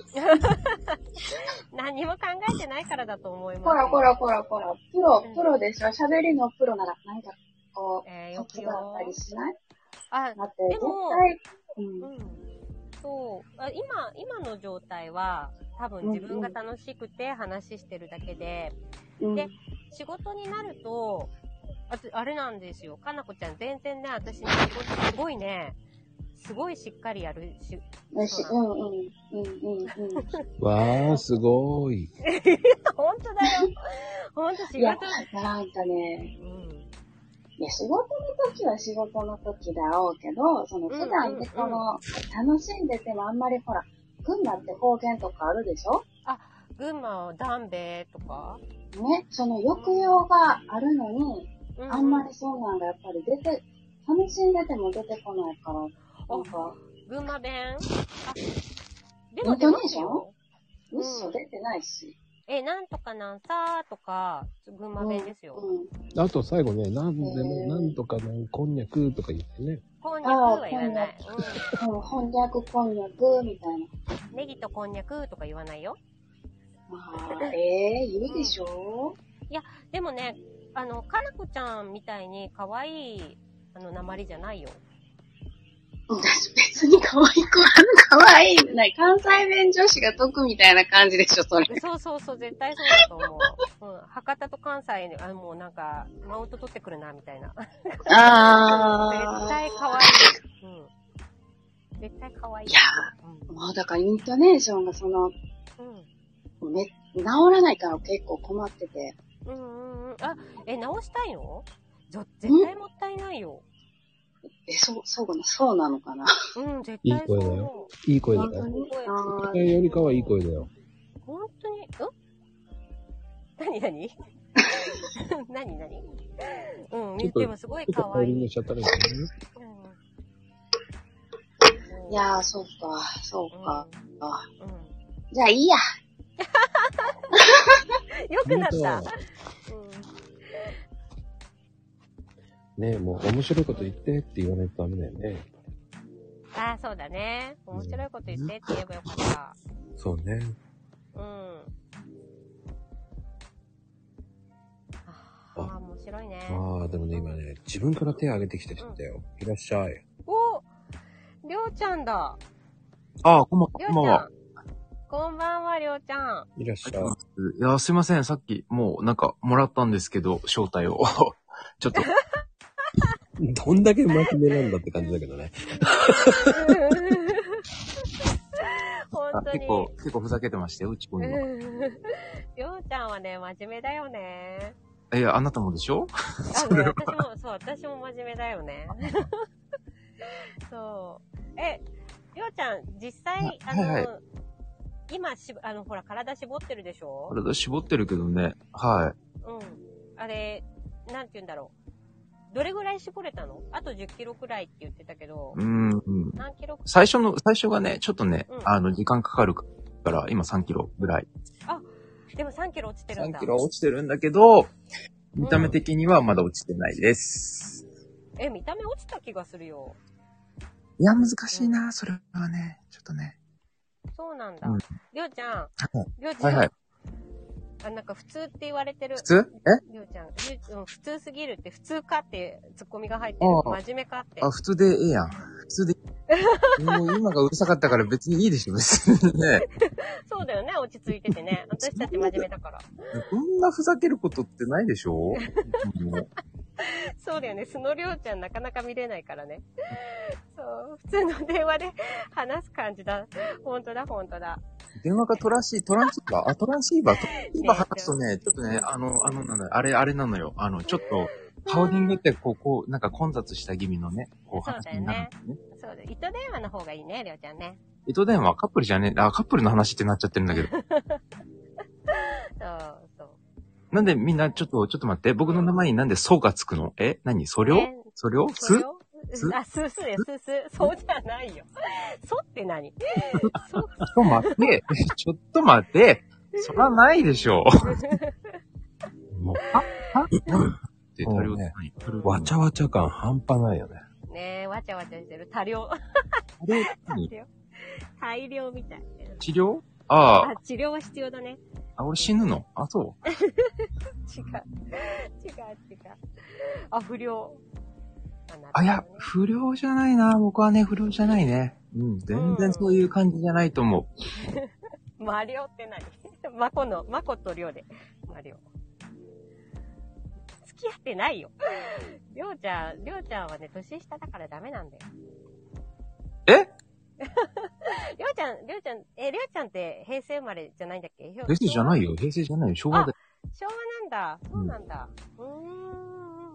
何にも考えてないからだと思います。 ほらほらほらほら、プロ、プロでしょ？喋りのプロなら、何か、こう、えー、コツがあったりしない？ あ、 だって、 でも、 うん、 うん。そうあ。今、今の状態は、多分自分が楽しくて話してるだけで、うん、で、仕事になると、あ, あれなんですよ。かなこちゃん全然ね、私に仕事すごいね、すごいしっかりやるし、 うんうんうんうんうん。 わー、すごい。 ほんとだよ。ほんと仕事。いや、 なんかね、うんいや、仕事の時は仕事の時だろうけど、その普段でこの、楽しんでてもあんまりほら、群馬って方言とかあるでしょ？ あ、群馬はダンベとかね、その抑揚があるのに、うん、あんまりそうなんがやっぱり出て楽しんでても出てこないから、なんか。 群馬弁？あ、でインも出ますトネーションよ。 嘘、出てないし。 え、なんとかなんさーとか、群馬弁ですよ。 あと最後ね、なんでね、なんとかなんこんにゃくとか言ってね。 こんにゃくは言わない。 うん。こんにゃく、こんにゃく、みたいな。 ネギとこんにゃくとか言わないよ。 あーえー、言うでしょ、 うん、いや、でもね、あの、かなこちゃんみたいに可愛い、あの、訛りじゃないよ。 私別に可愛くは、可愛いんない。関西弁女子が得みたいな感じでしょ、それ。 そうそうそう、絶対そうだと思う。うん、博多と関西で、あもうなんか、マウント取ってくるな、みたいな。 あー。 絶対可愛い。うん。絶対可愛い。 いやー、もうだからイントネーションがその、うん、め、治らないから結構困ってて。 うんうんうん。あ、え、直したいの？絶対もったいないよ。 え、そう、そうかな、そうなのかな。 うん、絶いい声だよ。いい声だよ。 あー。よりかはいい声だよ。 本当に、ん？何何何何うん、言ってもすごい可愛い。 い。しちゃったらいいね。 うん、いやー、そうか、そうか。うん、じゃあいいや。 よくなった。 ねえ、もう面白いこと言ってって言わないとダメだよね。 ああ、そうだね。面白いこと言ってって言えばよかった。 そうね。 うん。ああ、面白いね。 ああ、でもね、今ね、自分から手を挙げてきてるんだよ。いらっしゃい。 お、りょうちゃんだ。 ああ、こんばんは。こんばんは。 こんばんは、りょうちゃん。 いらっしゃい。 いや、すいません。さっき、もう、なんか、もらったんですけど、招待を。ちょっと。 どんだけ真面目なんだって感じだけどね。 本当に。 結構、結構ふざけてましたよ、うちこには。 りょうちゃんはね、真面目だよね。 いや、あなたもでしょ？ あ、私も、そう、私も真面目だよね。そう。え、りょうちゃん、実際、あの、はいはい、今し、あの、ほら、体絞ってるでしょ？ 体絞ってるけどね。はい。 うん。あれ、なんて言うんだろう。どれぐらい絞れたの？あとじゅっキロくらいって言ってたけど。 うーん。 何キロ？ 最初の、最初がね、ちょっとね、 うん、 あの、時間かかるから、今さんキロぐらい。 あ、でもさんキロ落ちてるんだ。 さんキロ落ちてるんだけど、見た目的にはまだ落ちてないです。 うん、え、見た目落ちた気がするよ。 いや、難しいな、うん、それはね。ちょっとね。 そうなんだ。りょうちゃん。りょうちゃん。 はいはい。 あ、なんか普通って言われてる。 普通？え？ りょうちゃん。うん、普通すぎるって普通かってツッコミが入ってる。真面目かって。 あ、普通でええやん。普通で。もう今がうるさかったから別にいいでしょ、別にね。 そうだよね、落ち着いててね。私たち真面目だから。 こんなふざけることってないでしょ？ そうだよね。素のりょうちゃんなかなか見れないからね。そう。普通の電話で話す感じだ。ほんとだ、ほんとだ。 電話がトランシー、トランシーバーあ、トランシーバートランシーバー話すとね、ちょっとね、あの、あの、なんだ、あれ、あれなのよ。あの、ちょっと、ハウディングってこう、こう、なんか混雑した気味のね、こう話になるんですね。 そうだよね。糸電話の方がいいね、りょうちゃんね。 糸電話カップルじゃねえ、あ、カップルの話ってなっちゃってるんだけど。 そうそう。 なんでみんな、ちょっと、ちょっと待って、僕の名前になんでソがつくの？え？何？ソリョ？ソリョ？ス？ あ、スースーです、スースー。そうじゃないよ。ソって何？ ちょっと待って、ちょっと待って、そらないでしょ。もう、あ、あ、って多量、ね、 わちゃわちゃ感半端ないよね。 ねえ、わちゃわちゃしてる。多量。大量。大量みたい。 治療？ああ。治療は必要だね。 あ、俺死ぬの？あ、そう。 違う。違う、違う。あ、不良。 あ、いや、不良じゃないな。僕はね、不良じゃないね。うん、全然そういう感じじゃないと思う。マリオって何？マコの、マコとリョウで。マリオ。付き合ってないよ。りょうちゃん、りょうちゃんはね、年下だからダメなんだよ。 え？ りょうちゃん、りょうちゃん、え、りょうちゃんって平成生まれじゃないんだっけ？ 平成じゃないよ。平成じゃないよ。昭和で。 昭和なんだ。そうなんだ。うーん。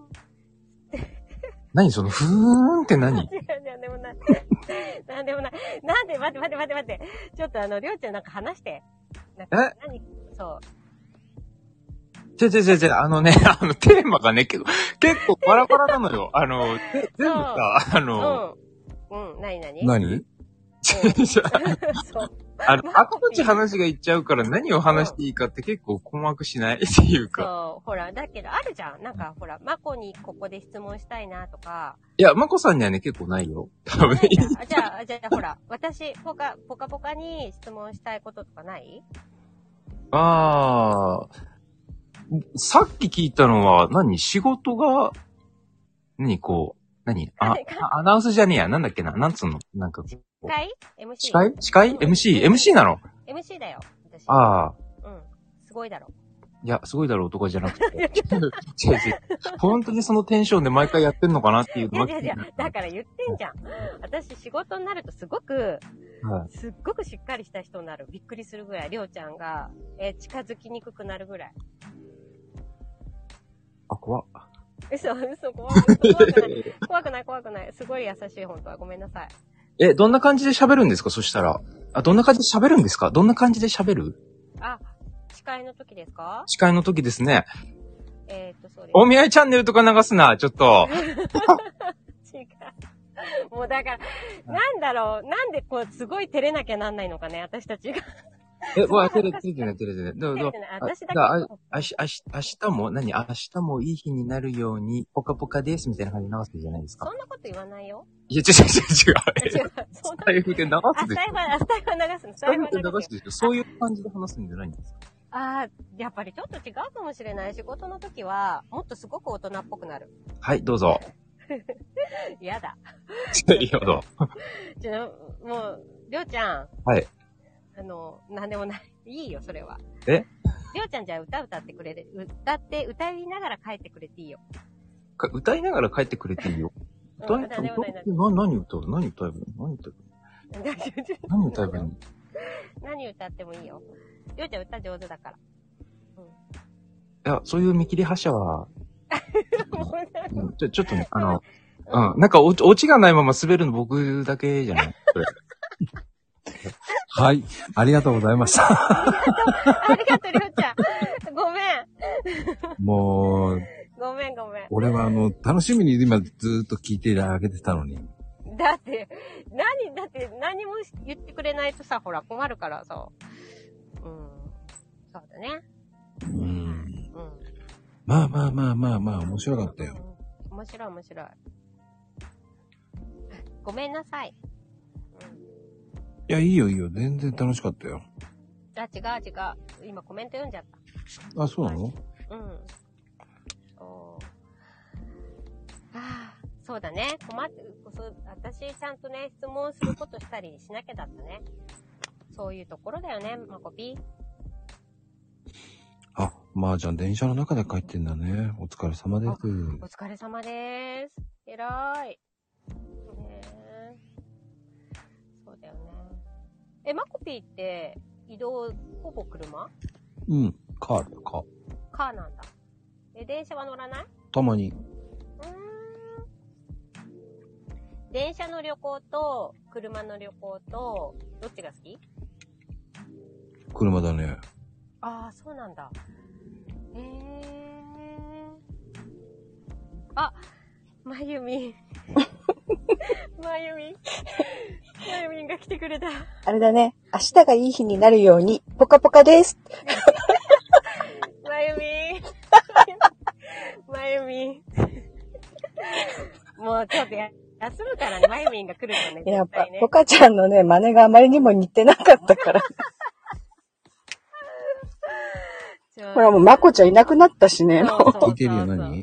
何その、ふーんって何？ 違う、なんでもない。なんでもない。なんで、待って待って待って待って。ちょっとあの、りょうちゃんなんか話して。なんかえ？ 何？そう。 違う違う違う違う、あのね、あの、テーマがね、結構、結構バラバラなのよ。あの、全部さ、あの、 うん。うん、なになに何そう。 あの、あっこっち話がいっちゃうから何を話していいかって結構困惑しないっていうか。 そう、ほら、だけどあるじゃん。なんかほら、マコにここで質問したいなとか。 いや、マコさんにはね、結構ないよ。多分ね。 あじゃあ、じゃあ、ほら、私、ポカ、ポカポカに質問したいこととかない？ ああ、さっき聞いたのは、何仕事が、何こう、何あ、アナウンスじゃねえや。なんだっけな。なんつうのなんか。 司会 ?エムシー。 司会司会 ?エムシー?エムシー なのエムシー だよ。私。 ああ。 うん。すごいだろ。 いや、すごいだろうとかじゃなくて。違う違う。本当にそのテンションで毎回やってんのかなっていうのいやいやいや、だから言ってんじゃん。私仕事になるとすごく、はい、すっごくしっかりした人になる。びっくりするぐらい、りょうちゃんが、えー、近づきにくくなるぐらい。 あ、怖っ。 嘘、嘘、怖くない。怖くない。怖くない、怖くない。すごい優しい、本当は。ごめんなさい。 え、どんな感じで喋るんですかそしたら。あ、どんな感じで喋るんですかどんな感じで喋る？ あ、司会の時ですか？ 司会の時ですね。 えーっと、そうです。 お見合いチャンネルとか流すな、ちょっと。 違う。もうだから、なんだろう、なんでこう、すごい照れなきゃなんないのかね、私たちが。 え、わ、照れ、照れてない、照れてない。どうぞ。 私だけ。 あ、あし、あし、明日も、何明日もいい日になるように、ポカポカですみたいな感じで流すじゃないですか。 そんなこと言わないよ。 いや、違う違う違う。違う。スタイフで流すでしょ。 スタイフは、スタイフは流すの。 スタイフで流すでしょ。そういう感じで話すんじゃないんですか？ ああ、やっぱりちょっと違うかもしれない。仕事の時は、もっとすごく大人っぽくなる。 はい、どうぞ。 やだ。 いや、どうぞ。 ちょ、もう、りょうちゃん。 はい。 あの、なんでもない。いいよ、それは。 え？ りょうちゃんじゃあ歌歌ってくれる。歌って、歌いながら帰ってくれていいよ。 か歌いながら帰ってくれていいよ。歌い、うん、何歌う何歌う何歌えばいいの何歌えばいいの何歌えばいいの何歌ってもいいよ。りょうちゃん歌上手だから。 うん。いや、そういう見切り発車は、うん、ちょ、ちょっとね、あの、うん、なんかお、オチがないまま滑るの僕だけじゃないはい。ありがとうございました。 ありがとう、りょうちゃん。ごめん。 もう。 ごめん、ごめん。 俺はあの、楽しみに今ずーっと聞いてあげてたのに。 だって、何、だって何も言ってくれないとさ、ほら困るからさ。うん。そうだね。 うん。うん。まあまあまあまあまあ、面白かったよ。 うん、面白い面白い。ごめんなさい。 いや、いいよいいよ。全然楽しかったよ。 あ、違う違う。今コメント読んじゃった。 あ、そうなの？ うん。そう。ああ、そうだね。困って、私ちゃんとね、質問することしたりしなきゃだったね。そういうところだよね、マコピー。 あ、まあじゃあ電車の中で帰ってんだね。お疲れ様です。 お疲れ様です。えらーい。ねえ。そうだよね。え、マコピーって移動ほぼ車？ うん、カール、カー。 カーなんだ。え、電車は乗らない？ たまに。うーん。 電車の旅行と車の旅行とどっちが好き？ 車だね。 ああ、そうなんだ。へえ。あ、まゆみん。まゆみん。まゆみんが来てくれた。 あれだね。明日がいい日になるように、ポカポカです。 まゆみん。まゆみん。もうちょっとや休むからね、まゆみんが来るとね。 やっぱ、ね、ポカちゃんのね、真似があまりにも似てなかったから。ほらもう、まこちゃんいなくなったしね。 聞いてるよ、何？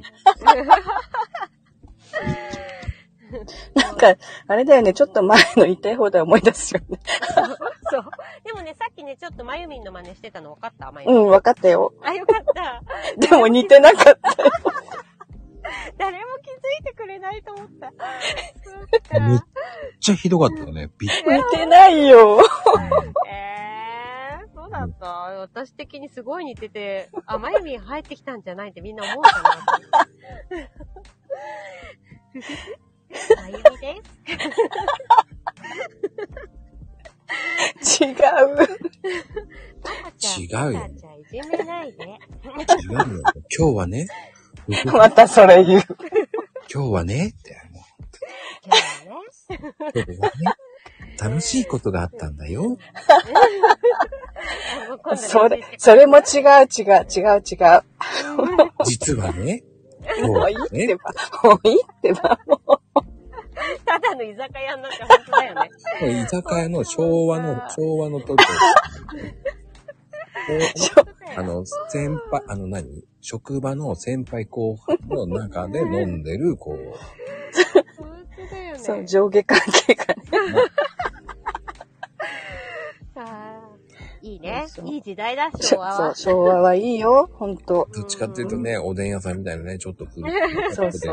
なんか、あれだよね、ちょっと前の言いたい放題思い出すよね。 そう。でもね、さっきね、ちょっとまゆみんの真似してたの分かった？まゆみん。 うん、分かったよ。 あ、よかった。 でも似てなかったよ。 誰も気づいてくれないと思った。 めっちゃひどかったよね。びっくり。似てないよ。 えー、そうだった。私的にすごい似てて、あ、まゆみん入ってきたんじゃないってみんな思うかな。まゆみです。 違う。 パパちゃん、 違うよ。 パパちゃんいじめないで。 違うの。今日はね。 またそれ言う。 今日はねって。今日はね。楽しいことがあったんだよ。 それ、それも違う違う違う違う。 実はね。 もういいってば。もういいってば。もう。 ただの居酒屋になって本当だよね。 居酒屋の昭和の、昭和の時。あの、先輩、あの何職場の先輩後輩の中で飲んでる、こう。 そう、上下関係がね。 いいね。いい時代だ、昭和は。 そう、昭和はいいよ、ほんと。 どっちかっていうとね、おでん屋さんみたいなね、ちょっと古い。 そうそう。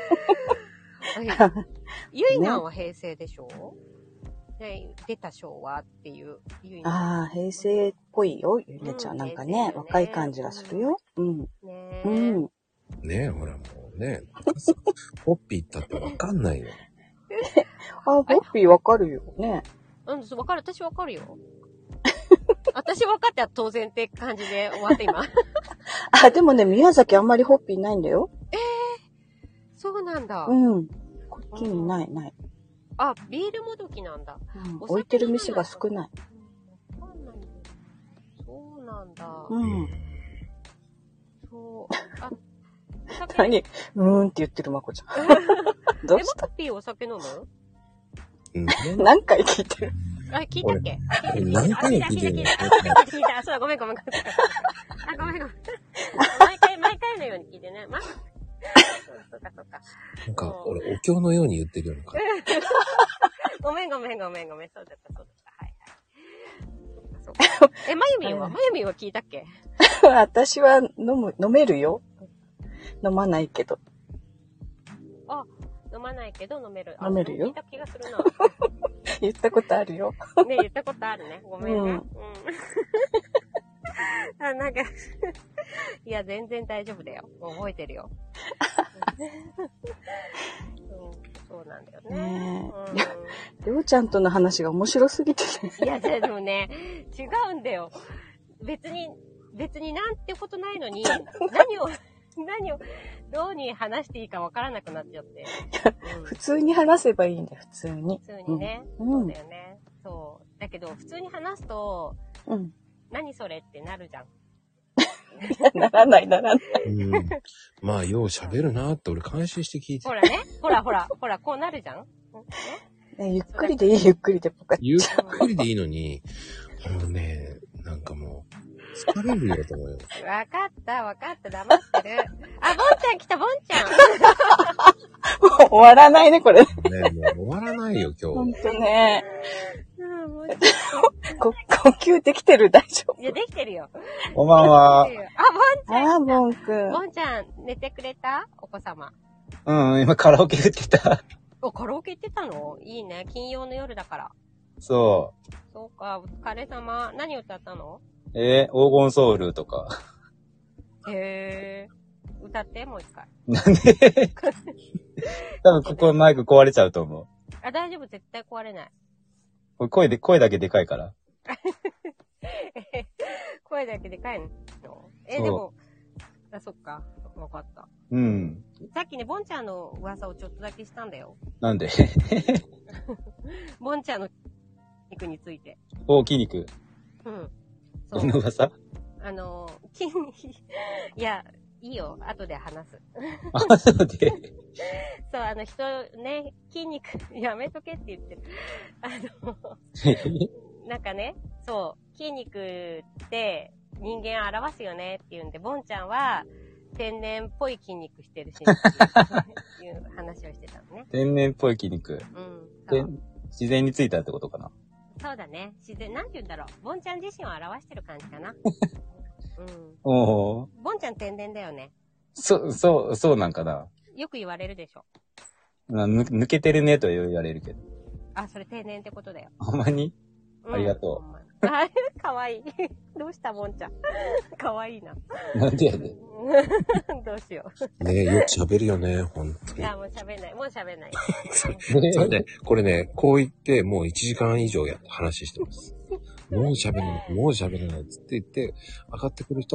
ゆいなは平成でしょ、ね、出た昭和っていう。 ああ、平成っぽいよ、ゆりちゃん。なんかね、若い感じがするよ。うん。 ねえ。うん。ねえ、ほらもうね。ポッピー行ったってわかんないよ。 あ、ポッピーわかるよね。 うん、わかる。私わかるよ。私分かっては当然って感じで終わって今。 あ、でもね、宮崎あんまりホッピーないんだよ。 ええー、そうなんだ。 うん。こっちにないない。 あ、ビールもどきなんだ。 うん、置いてる店が少ない。 そうなんだ。 うん。 そう。あ、 何うーんって言ってるまこちゃん。どうしたえ、マッピーお酒飲む？ うん。 何回聞いてる？ あ、聞いたっけ？ 何回聞いてるの？ 聞いた、聞いた。そうだ、ごめんごめん。あ、ごめんごめん。毎回、毎回のように聞いてね。ま、そうかそうか。 なんか、俺、お経のように言ってるような感じ。 ごめんごめんごめんごめん。そうだった、そうだった。はいはい。そうか。え、まゆみんは、まゆみんは聞いたっけ？ 私は飲む、飲めるよ。飲まないけど。 あ、飲まないけど飲める。 飲めるよ。 聞いた気がするな。 言ったことあるよ。 ね、言ったことあるね。ごめんね。うん。うん、あ、なんか、いや、全然大丈夫だよ。覚えてるよ。そう、そうなんだよね。 ねえ。りょうちゃんとの話が面白すぎてね。 いや、でもね、違うんだよ。別に、別になんてことないのに、何を、何を、どうに話していいかわからなくなっちゃって。 うん、普通に話せばいいんだよ、普通に。 普通にね。うん、そうだよね。そう。だけど、普通に話すと、うん、何それってなるじゃん。 ならない、ならない。 うん、まあ、よう喋るなーって俺感心して聞いて。 ほらね。ほらほら、ほら、こうなるじゃん。 ね、ゆっくりでいい、ゆっくりでポカッ。 ゆっくりでいいのに、ほんとね、なんかもう、疲れるよと思うよ。 わかった、わかった、黙ってる。あ、ボンちゃん来た、ボンちゃん。 もう終わらないね、これ。ね、 もう終わらないよ、今日。 ほんとね。こ呼吸できてる、大丈夫？ いや、できてるよ。 こんばんは。 あ、ボンちゃん。 あ、ボンくん。 ボンちゃん、寝てくれた？お子様。 うん、今カラオケ行ってた。 お、カラオケ行ってたの？いいね。金曜の夜だから。 そう。 そうか、お疲れ様。何歌ったの？ えー、黄金ソウルとか。 へー。歌って、もう一回。 なんで多分ここマイク壊れちゃうと思う。 あ、大丈夫、絶対壊れない。 これ声で、声だけでかいから。 声だけでかいの？え、でも、あ、そっか。わかった。 うん。 さっきね、ボンちゃんの噂をちょっとだけしたんだよ。 なんでボンちゃんの肉について。 お、筋肉。 うん。 どんな噂？ あの、筋肉、いや、いいよ。後で話す。 あ、そうで。 そう、あの人、ね、筋肉、やめとけって言ってる。あの、なんかね、そう、筋肉って人間を表すよねって言うんで、ボンちゃんは天然っぽい筋肉してるし、っていう話をしてたのね。 天然っぽい筋肉。うん。自然についたってことかな。 そうだね。自然、なんて言うんだろう。ボンちゃん自身を表してる感じかな。うん。 おー。 ボンちゃん天然だよね。 そ、そう、そうなんかな。 よく言われるでしょ。 ぬ抜けてるねと言われるけど。 あ、それ天然ってことだよ。 ほんまに、うん、ありがとう。あ、かわいい。どうしたボンちゃん。かわいいな。 なんでやねん。 どうしよう。ねえ、よく喋るよね、ほんとに。 いや、もう喋んない。もう喋んない。 そうね、これね、こう言ってもういちじかん以上や話してます。もう喋れない、もう喋れないっつって言って、上がってくると、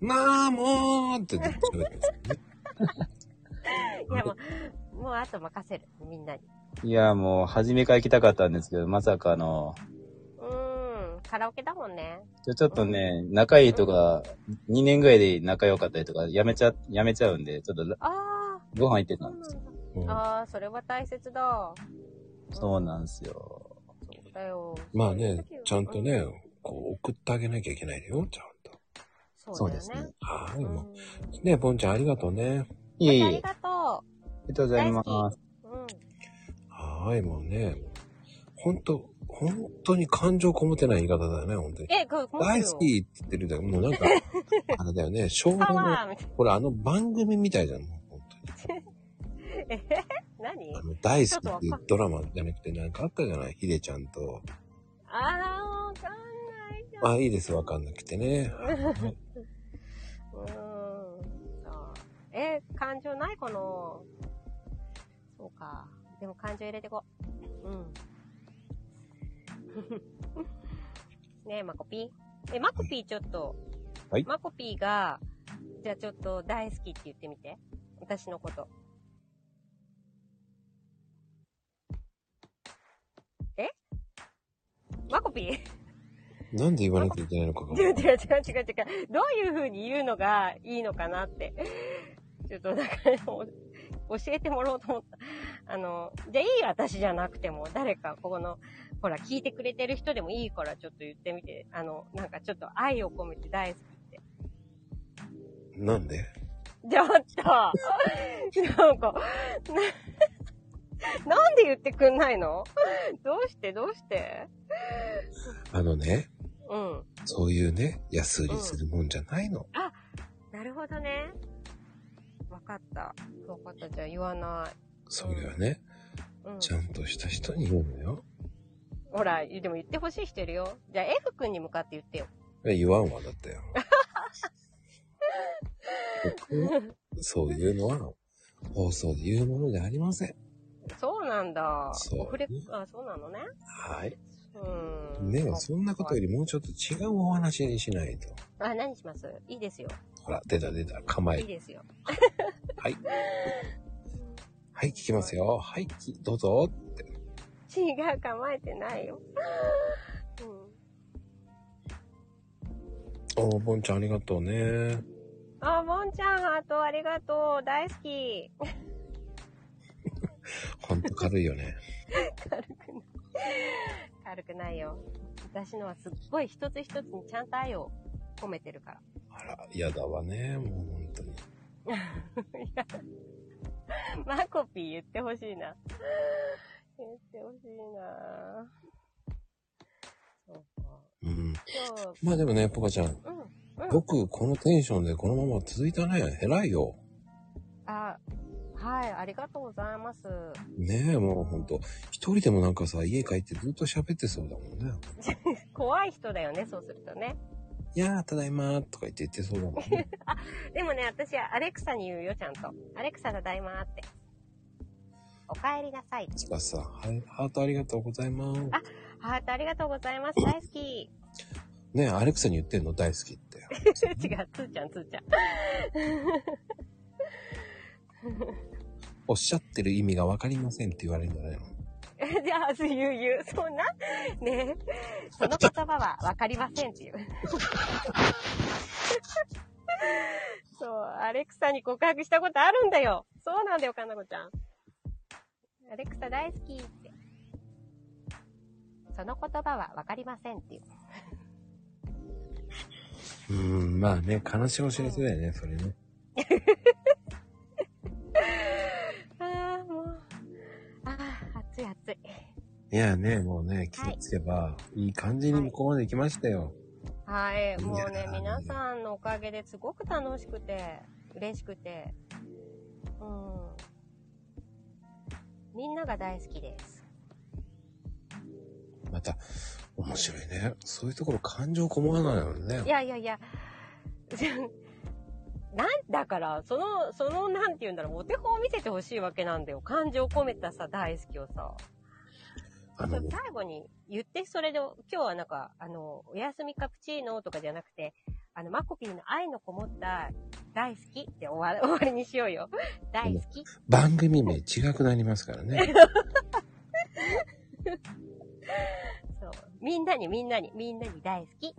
なあ、もうって言って喋ってますね。 いや、もう、もうあと任せる、みんなに。 いや、もう、初めから行きたかったんですけど、まさかの。 うーん、カラオケだもんね。 ちょ、ちょっとね、仲いい人が、にねんぐらいで仲良かったりとか、やめちゃ、やめちゃうんで、ちょっと、ご飯行ってたんですよ。 うん、ああ、それは大切だ。 そうなんですよ。 そうだよ。 まあね、ちゃんとね、こう、送ってあげなきゃいけないよ、ちゃんと。 そうですね。 はい、もう。ね、ボンちゃんありがとうね。 いえいえ。 ありがとう。 ありがとうございます。 はい、もうね、ほんと、本当に感情こもってない言い方だよね、本当に。 え、こ大好きって言ってるんだけど、もうなんか、あれだよね、昭和の、これあの番組みたいじゃん、もう本当に。 え、何あの大好きっていうドラマじゃなくてなんかあったじゃない、ヒデちゃんと。 あー、わかんないじゃん。 あ、いいです、わかんなくてね。 うーん。え、感情ないかな？そうか。でも感情入れてこう。うん。ねえ、マコピー。え、マコピーちょっと。 はい。 マコピーが、じゃあちょっと大好きって言ってみて。私のこと。え？マコピーなんで言わなきゃいけないのかが。 違う違う違う違う違う。どういう風に言うのがいいのかなって。ちょっとだから教えてもらおうと思った。あの、じゃあいい私じゃなくても、誰かここの、ほら、聞いてくれてる人でもいいからちょっと言ってみて。あの、なんかちょっと愛を込めて大好きって。 なんで？ ちょっとなんか、な、なんで言ってくんないの？どうしてどうしてあのね、 うん。 そういうね、安売りするもんじゃないの。 うん、あ、なるほどね。わかった。わかった。じゃあ言わない。 それはね、うん、ちゃんとした人に言うのよ。 ほら、でも言ってほしい人いるよ。じゃあ F 君に向かって言ってよ。 え、言わんわ、だったよ。そういうのは、放送で言うものじゃありません。 そうなんだ。 そう、ね。 オフレあ、そうなのね。 はい。 うん。 ねえ、そんなことよりもうちょっと違うお話にしないと。 あ、何します？いいですよ。 ほら、出た出た、構え。 いいですよ。 はい。はい、聞きますよ。はい、どうぞって。 違う、構えてないよ。 うん。おー、ボンちゃんありがとうね。 あ、ボンちゃんハートありがとう。大好き。 ほんと軽いよね。 軽くない。軽くないよ。私のはすっごい一つ一つにちゃんと愛を込めてるから。 あら、嫌だわね、もうほんとに。 マコピー言ってほしいな。言ってほしいな。そうか。 うん。まあでもね、ポカちゃん。うん。うん、僕、このテンションでこのまま続いたね。偉いよ。 あ、はい、ありがとうございます。 ねえ、もうほんと。一人でもなんかさ、家帰ってずっと喋ってそうだもんね。 怖い人だよね、そうするとね。 いやー、ただいまーとか言って言ってそうだもんね。 あ、でもね、私はアレクサに言うよ、ちゃんと。アレクサただいまーって。お帰りなさい。 つかさ、はい、ハートありがとうございます。 あ、ハートありがとうございます。大好き。 ねえ、アレクサに言ってんの大好きって。 違う、つーちゃん、つーちゃん。 おっしゃってる意味がわかりませんって言われるんじゃないの？ じゃあ、言う言う。そんなねえ。その言葉はわかりませんっていう。そう、アレクサに告白したことあるんだよ。そうなんだよ、かなこちゃん。アレクサ大好きって。その言葉はわかりませんっていう。 うーん、まあね、悲しいお知らせだよね、それね。 ああ、もう。ああ、暑い暑い。 いやね、もうね、気をつけば、はい、いい感じにここまで行きましたよ。 はい、もうね、皆さんのおかげですごく楽しくて、嬉しくて、うん。みんなが大好きです。 また、面白いね。そういうところ感情こもらないよね。 いやいやいや、なんだから、その、その、なんて言うんだろう、お手本を見せてほしいわけなんだよ。感情を込めたさ、大好きをさ。あの、最後に言って、それで、今日はなんか、あの、おやすみカプチーノとかじゃなくて、 あの、マコピーの愛のこもった大好きって終わり、終わりにしようよ。大好き。 番組名違くなりますからね。 そう。みんなにみんなに、みんなに大好き。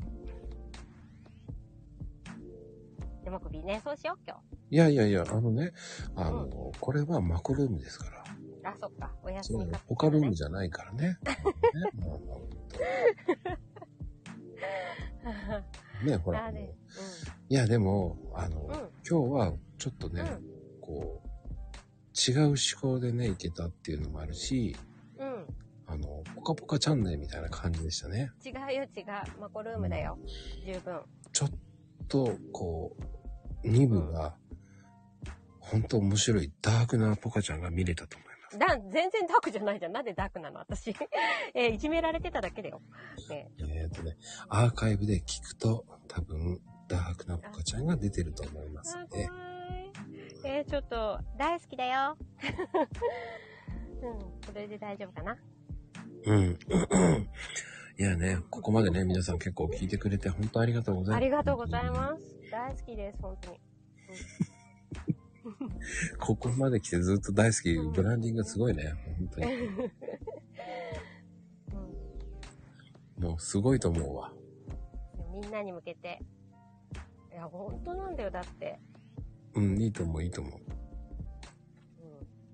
で、マコピーね、そうしよう、今日。 いやいやいや、あのね、あの、うん、これはマコルームですから。 あ、そっか。お休みか、ね。 ポカルームじゃないからね。ね、ほら。ねうん、いや、でも、あの、うん、今日はちょっとね、うん、こう、違う思考でね、いけたっていうのもあるし、うん、あの、ポカポカチャンネルみたいな感じでしたね。 違うよ、違う。マコルームだよ。うん、十分。 ちょっと、こう、に部が、ほんと面白いダークなポカちゃんが見れたと思います。 だ、全然ダークじゃないじゃん。なんでダークなの私。えー、いじめられてただけだよ。 ね、えーとね、アーカイブで聞くと、多分、ダークなポカちゃんが出てると思いますので。 えー、ちょっと、大好きだよ。うん、それで大丈夫かな。 うん。いやね、ここまでね、皆さん結構聞いてくれて、本当ありがとうございます。 ありがとうございます。大好きです、本当に。 ここまで来てずっと大好き、うん、ブランディングすごいね、本当に。うん、もうすごいと思うわ。 みんなに向けて。いや、本当なんだよ、だって。 うん、いいと思う、いいと思う。 うん、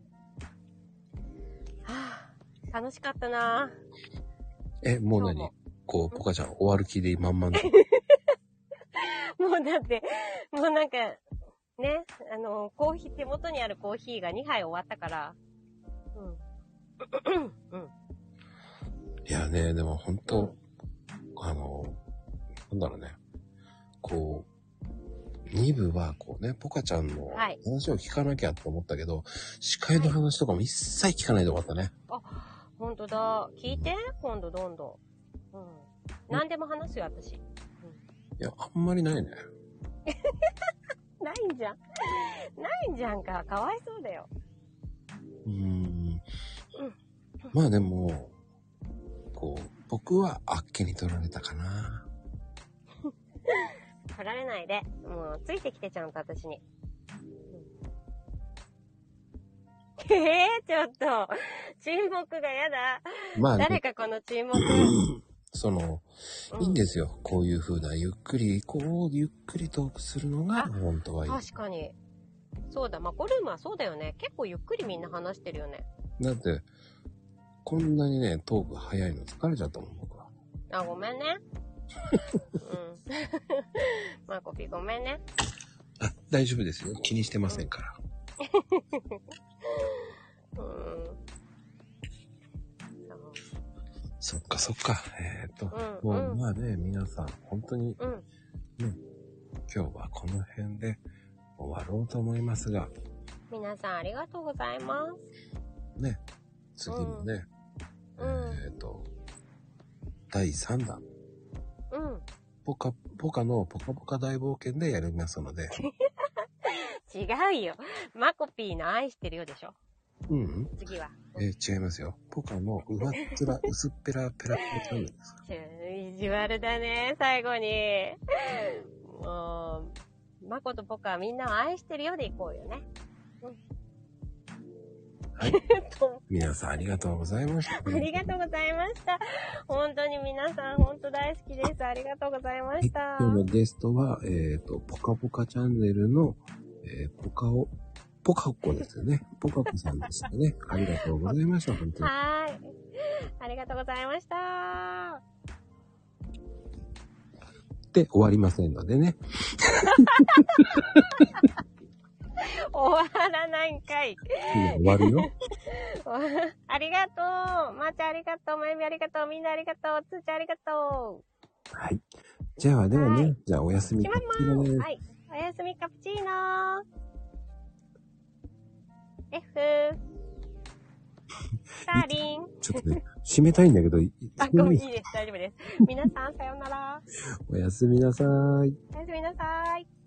はぁ、楽しかったなぁ。え、もう何こう、ポカちゃん終わる気でまんまんだ。 もうだって、もうなんか、ね、あの、コーヒー、手元にあるコーヒーがにはい終わったから。うん。うん。 いやね、でも本当、うん、あの、なんだろうね。こう、に部はこうね、ポカちゃんの話を聞かなきゃと思ったけど、はい、司会の話とかも一切聞かないで終わったね。 あ、ほんとだ。聞いて今度どんどん。うん。何でも話すよ、私。うん、いや、あんまりないね。 ないんじゃん。ないんじゃんか。かわいそうだよ。 うーん。うん、まあでも、こう、僕はあっけに取られたかな。 取られないで。もう、ついてきてちゃんと私に。うん、えー、ちょっと、沈黙がやだ。まあ、誰かこの沈黙。 その、いいんですよ。こういう風な、ゆっくり、こう、ゆっくりトークするのが、本当はいい。 確かに。そうだ、マコルームはそうだよね。結構ゆっくりみんな話してるよね。 だって、こんなにね、トーク早いの疲れちゃったもん、僕は。 あ、ごめんね。うん。マコピごめんね。 あ、大丈夫ですよ。気にしてませんから。うん。そっかそっか。えっと、うん、もうまあね、皆さん、本当に、うん、ね、今日はこの辺で終わろうと思いますが。 皆さんありがとうございます。 ね、次もね、うん、えっと、だいさんだん。うん。ポカ、ポカのポカポカ大冒険でやりますので。 違うよ。マコピーの愛してるよでしょ。 うん。 次は。 えー、違いますよ。ポカの上っ面、薄っぺらペラペラチャンネルです。 意地悪だね、最後に。もう、マコとポカはみんなを愛してるよでいこうよね。うん。 はい。皆さんありがとうございました。 ありがとうございました。本当に皆さん本当大好きです。ありがとうございました。はい、 今日のゲストは、えっと、ポカポカチャンネルの、えー、ポカオ、ポカコですよね。ポカコさんでしたね。ありがとうございました。本当に。 はい。ありがとうございました。 で、終わりませんのでね。 終わらないんかい。 終わるよ。 ありがとう。まーちゃんありがとう。まゆみありがとう。みんなありがとう。つーちゃんありがとう。はい。じゃあ、ではね。はい、じゃあ、おやすみカプチーノです。 はい。おやすみカプチーノ。F。スターリン。 ちょっとね、締めたいんだけど、 あ、ごめん、いいです。大丈夫です。皆さん、さようなら。 おやすみなさーい。 おやすみなさーい。